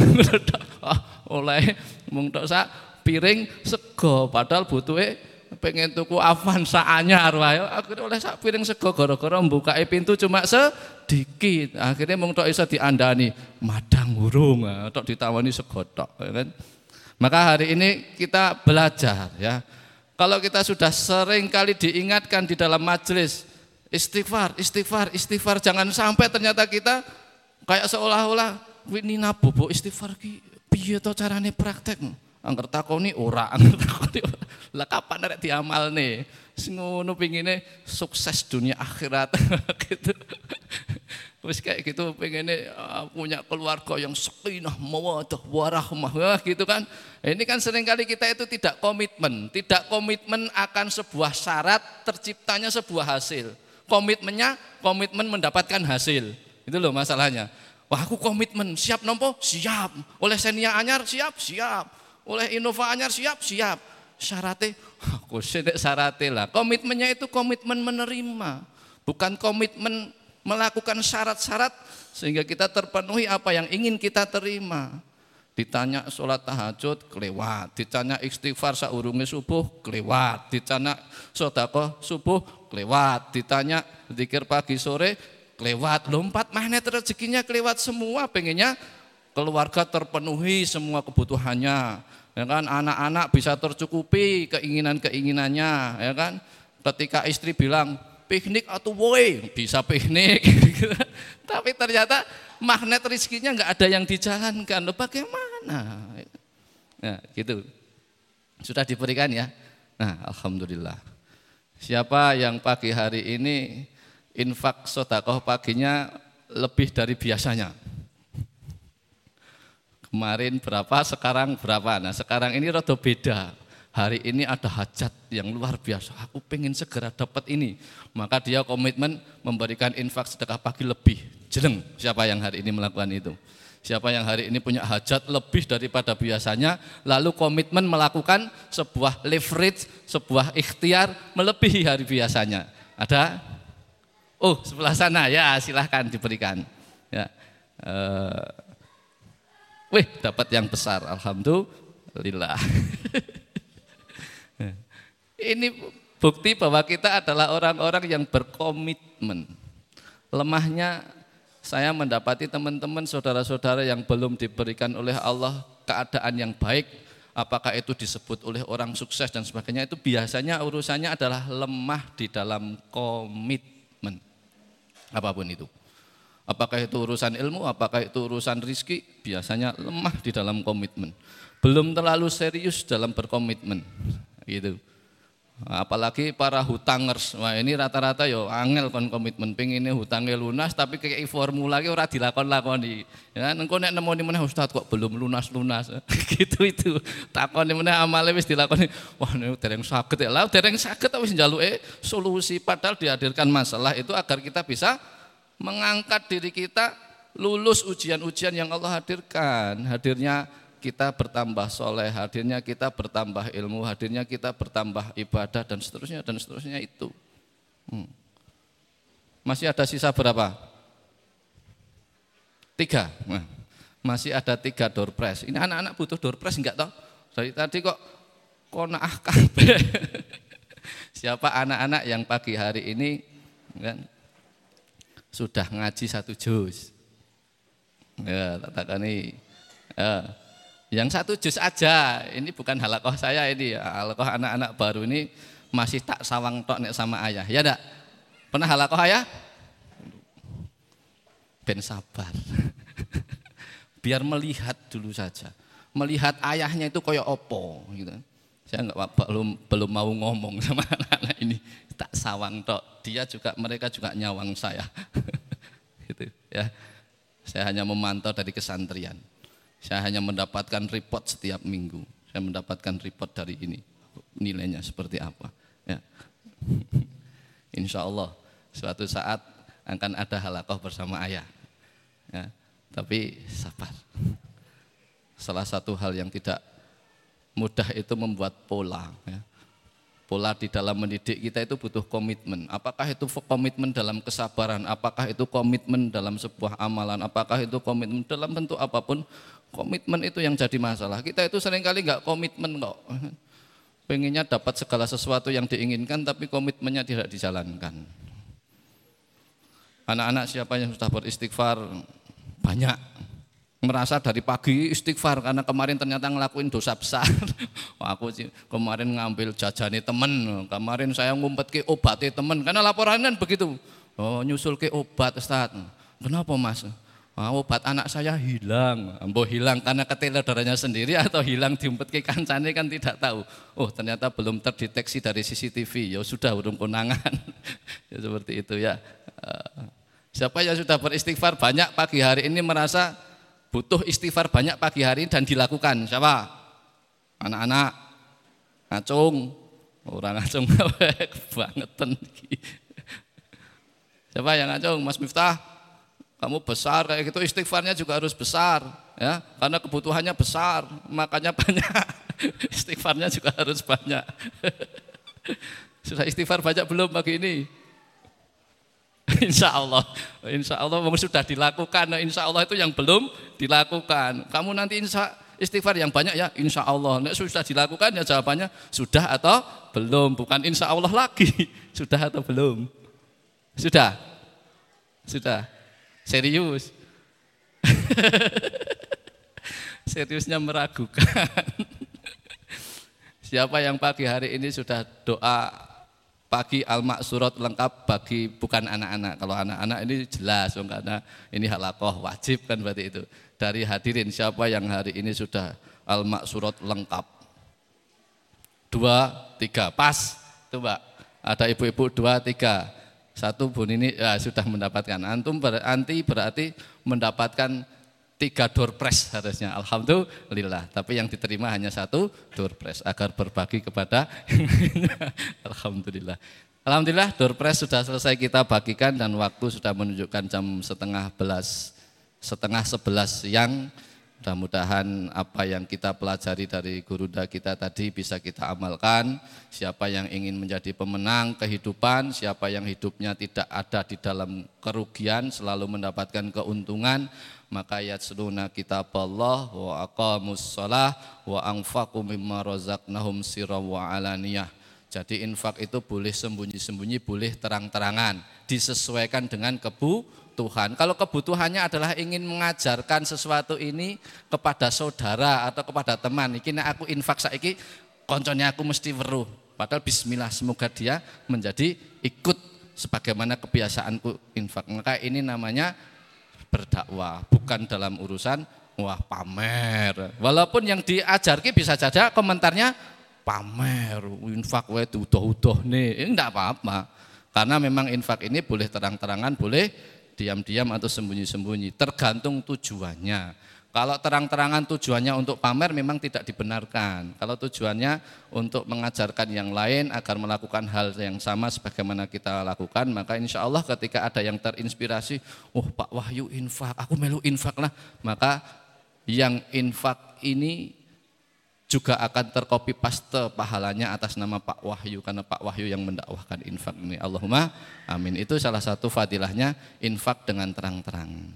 Oleh mung tok sak piring sego padahal butuhe pengen tuku Avanza anyar wae. Akhirnya oleh sak piring sego gara-gara mbukae pintu cuma sedikit. Akhirnya mung tok iso diandani madang urung, tok ditawani sego tok, ya kan? Maka hari ini kita belajar ya. Kalau kita sudah sering kali diingatkan di dalam majelis istighfar, istighfar, istighfar, jangan sampai ternyata kita kayak seolah-olah winina bobo istighfar ki piye to carane praktek. Angger takoni ora, angger takoni ora. Lah kapan arek diamalne? Sing ngono pengine sukses dunia akhirat gitu. Wis kayak gitu pengene punya keluarga yang sakinah mawaddah warahmah gitu kan. Ini kan seringkali kita itu tidak komitmen akan sebuah syarat terciptanya sebuah hasil. Komitmen mendapatkan hasil. Itu loh masalahnya. Wah, aku komitmen, siap nompo? Siap. Oleh Xenia anyar siap. Oleh Innova anyar siap. Syaratnya aku sedek syaratnya lah. Komitmennya itu komitmen menerima, bukan komitmen melakukan syarat-syarat sehingga kita terpenuhi apa yang ingin kita terima. Ditanya sholat tahajud kelewat, ditanya istighfar saurunge subuh kelewat, ditanya sedekah subuh kelewat, ditanya zikir pagi sore kelewat. Lompat magnet rezekinya kelewat semua. Pengennya keluarga terpenuhi semua kebutuhannya, ya kan? Anak-anak bisa tercukupi keinginannya, ya kan? Ketika istri bilang piknik atau woi bisa piknik, tapi ternyata magnet rezekinya nggak ada yang dijalankan. Loh, bagaimana? Nah, gitu. Sudah diberikan ya. Nah, alhamdulillah. Siapa yang pagi hari ini infak sedekah paginya lebih dari biasanya? Kemarin berapa, sekarang berapa? Nah, sekarang ini rada beda. Hari ini ada hajat yang luar biasa, aku pengen segera dapat ini. Maka dia komitmen memberikan infak sedekah pagi lebih. Jeleng siapa yang hari ini melakukan itu. Siapa yang hari ini punya hajat lebih daripada biasanya, lalu komitmen melakukan sebuah leverage, sebuah ikhtiar melebihi hari biasanya. Ada? Oh, sebelah sana ya, silahkan diberikan. Ya. Wih, dapat yang besar, alhamdulillah. Ini bukti bahwa kita adalah orang-orang yang berkomitmen. Lemahnya saya mendapati teman-teman saudara-saudara yang belum diberikan oleh Allah keadaan yang baik, apakah itu disebut oleh orang sukses dan sebagainya, itu biasanya urusannya adalah lemah di dalam komitmen. Apapun itu. Apakah itu urusan ilmu, apakah itu urusan rizki, biasanya lemah di dalam komitmen. Belum terlalu serius dalam berkomitmen. Gitu. Apalagi para hutangers, wah ini rata-rata yo angel kon komitmen, pengennya hutangnya lunas tapi kayak formula ki ora dilakon-lakoni. Ya engko nek nemoni meneh Ustaz kok belum lunas-lunas. Gitu itu. Takoni meneh amale wis dilakoni. Wah niku dereng saged ya. Lah dereng saged wis njaluke solusi, padahal dihadirkan masalah itu agar kita bisa mengangkat diri kita lulus ujian-ujian yang Allah hadirkan. Hadirnya kita bertambah soleh, hadirnya kita bertambah ilmu, hadirnya kita bertambah ibadah dan seterusnya itu. Masih ada sisa berapa? 3. Nah, masih ada 3 door prize. Ini anak-anak butuh door prize enggak toh? Dari tadi kok konaah kabeh. Siapa anak-anak yang pagi hari ini kan sudah ngaji 1 juz? Ya, takani. Yang 1 juz aja, ini bukan halakoh saya ini, halakoh anak-anak baru ini masih tak sawang tok nek sama ayah, ya enggak? Pernah halakoh ayah? Ben sabar, biar melihat dulu saja, melihat ayahnya itu koyo opo, gitu. Saya belum mau ngomong sama anak-anak ini, tak sawang tok, mereka juga nyawang saya, gitu ya. Saya hanya memantau dari kesantrian. Saya hanya mendapatkan report setiap minggu. Saya mendapatkan report dari ini. Nilainya seperti apa. Ya. Insya Allah suatu saat akan ada halakoh bersama ayah. Ya. Tapi sabar. Salah satu hal yang tidak mudah itu membuat pola. Ya. Pola di dalam mendidik kita itu butuh komitmen. Apakah itu komitmen dalam kesabaran? Apakah itu komitmen dalam sebuah amalan? Apakah itu komitmen dalam bentuk apapun? Komitmen itu yang jadi masalah. Kita itu seringkali enggak komitmen kok. Pengennya dapat segala sesuatu yang diinginkan tapi komitmennya tidak dijalankan. Anak-anak siapa yang sudah beristighfar? Banyak. Merasa dari pagi istighfar karena kemarin ternyata ngelakuin dosa besar. Wah, aku kemarin ngambil jajane temen, kemarin saya ngumpet ke obatnya temen, karena laporannya begitu. Oh, nyusul ke obat Ustaz. Kenapa Mas? Obat anak saya hilang. Mbok hilang karena keteler darahnya sendiri atau hilang diumpet ke kancane kan tidak tahu. Oh, ternyata belum terdeteksi dari CCTV. Ya sudah urung konangan. Ya seperti itu ya. Siapa yang sudah beristighfar banyak pagi hari ini merasa butuh istighfar banyak pagi hari dan dilakukan. Siapa? Anak-anak ngacung. Orang ngacung kebangetan. Siapa yang ngacung? Mas Miftah. Kamu besar kayak gitu, istighfarnya juga harus besar, ya, karena kebutuhannya besar, makanya banyak. Istighfarnya juga harus banyak. Sudah istighfar banyak belum pagi ini? Insya Allah sudah dilakukan. Nah, insya Allah itu yang belum dilakukan. Kamu nanti istighfar yang banyak ya, insya Allah. Nah, sudah dilakukan ya jawabannya sudah atau belum, bukan insya Allah lagi. Sudah atau belum? Sudah. Serius. Seriusnya meragukan. Siapa yang pagi hari ini sudah doa pagi al-maksurat lengkap bagi bukan anak-anak. Kalau anak-anak ini jelas karena ini halakoh wajib kan berarti itu. Dari hadirin siapa yang hari ini sudah al-maksurat lengkap? 2, 3 pas. Itu Mbak. Ada ibu-ibu 2, 3. 1 Bu Nini ya, sudah mendapatkan. Antum berarti mendapatkan 3 door prize harusnya. Alhamdulillah. Tapi yang diterima hanya 1 door prize agar berbagi kepada Alhamdulillah. Alhamdulillah door prize sudah selesai kita bagikan dan waktu sudah menunjukkan jam setengah 11 siang. Mudah-mudahan apa yang kita pelajari dari Guruda kita tadi bisa kita amalkan. Siapa yang ingin menjadi pemenang kehidupan, siapa yang hidupnya tidak ada di dalam kerugian, selalu mendapatkan keuntungan, maka yatsluna kitaballah wa aqamus shalah wa anfaqu mimma razaqnahum sirran wa alaniyah. Jadi infak itu boleh sembunyi-sembunyi, boleh terang-terangan, disesuaikan dengan kebutuhan. Kalau kebutuhannya adalah ingin mengajarkan sesuatu ini kepada saudara atau kepada teman, iki nek aku infak saiki konconya aku mesti weruh. Padahal bismillah, semoga dia menjadi ikut sebagaimana kebiasaanku infak. Maka ini namanya berdakwah, bukan dalam urusan wah pamer. Walaupun yang diajarki bisa saja komentarnya pamer, infak wae udah-udah nih, ini enggak apa-apa. Karena memang infak ini boleh terang-terangan, boleh diam-diam atau sembunyi-sembunyi, tergantung tujuannya. Kalau terang-terangan tujuannya untuk pamer memang tidak dibenarkan. Kalau tujuannya untuk mengajarkan yang lain agar melakukan hal yang sama sebagaimana kita lakukan, maka insya Allah ketika ada yang terinspirasi, oh Pak Wahyu infak, aku melu infak lah, maka yang infak ini juga akan tercopy paste pahalanya atas nama Pak Wahyu, karena Pak Wahyu yang mendakwahkan infak ini. Allahumma amin. Itu salah satu fadilahnya infak dengan terang-terang.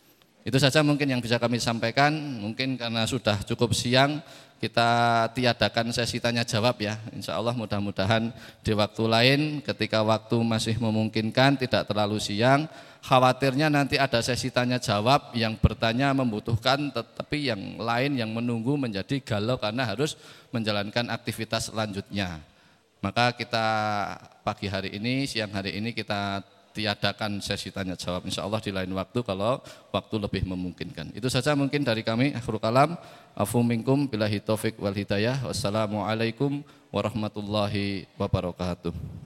Itu saja mungkin yang bisa kami sampaikan. Mungkin karena sudah cukup siang, kita tiadakan sesi tanya jawab ya. Insya Allah mudah-mudahan di waktu lain ketika waktu masih memungkinkan, tidak terlalu siang. Khawatirnya nanti ada sesi tanya jawab yang bertanya membutuhkan, tetapi yang lain yang menunggu menjadi galau karena harus menjalankan aktivitas selanjutnya. Maka kita pagi hari ini, siang hari ini kita tiadakan sesi tanya jawab, insya Allah di lain waktu kalau waktu lebih memungkinkan. Itu saja mungkin dari kami. Akhirul kalam, afu minkum billahi taufik wal hidayah. Wassalamualaikum warahmatullahi wabarakatuh.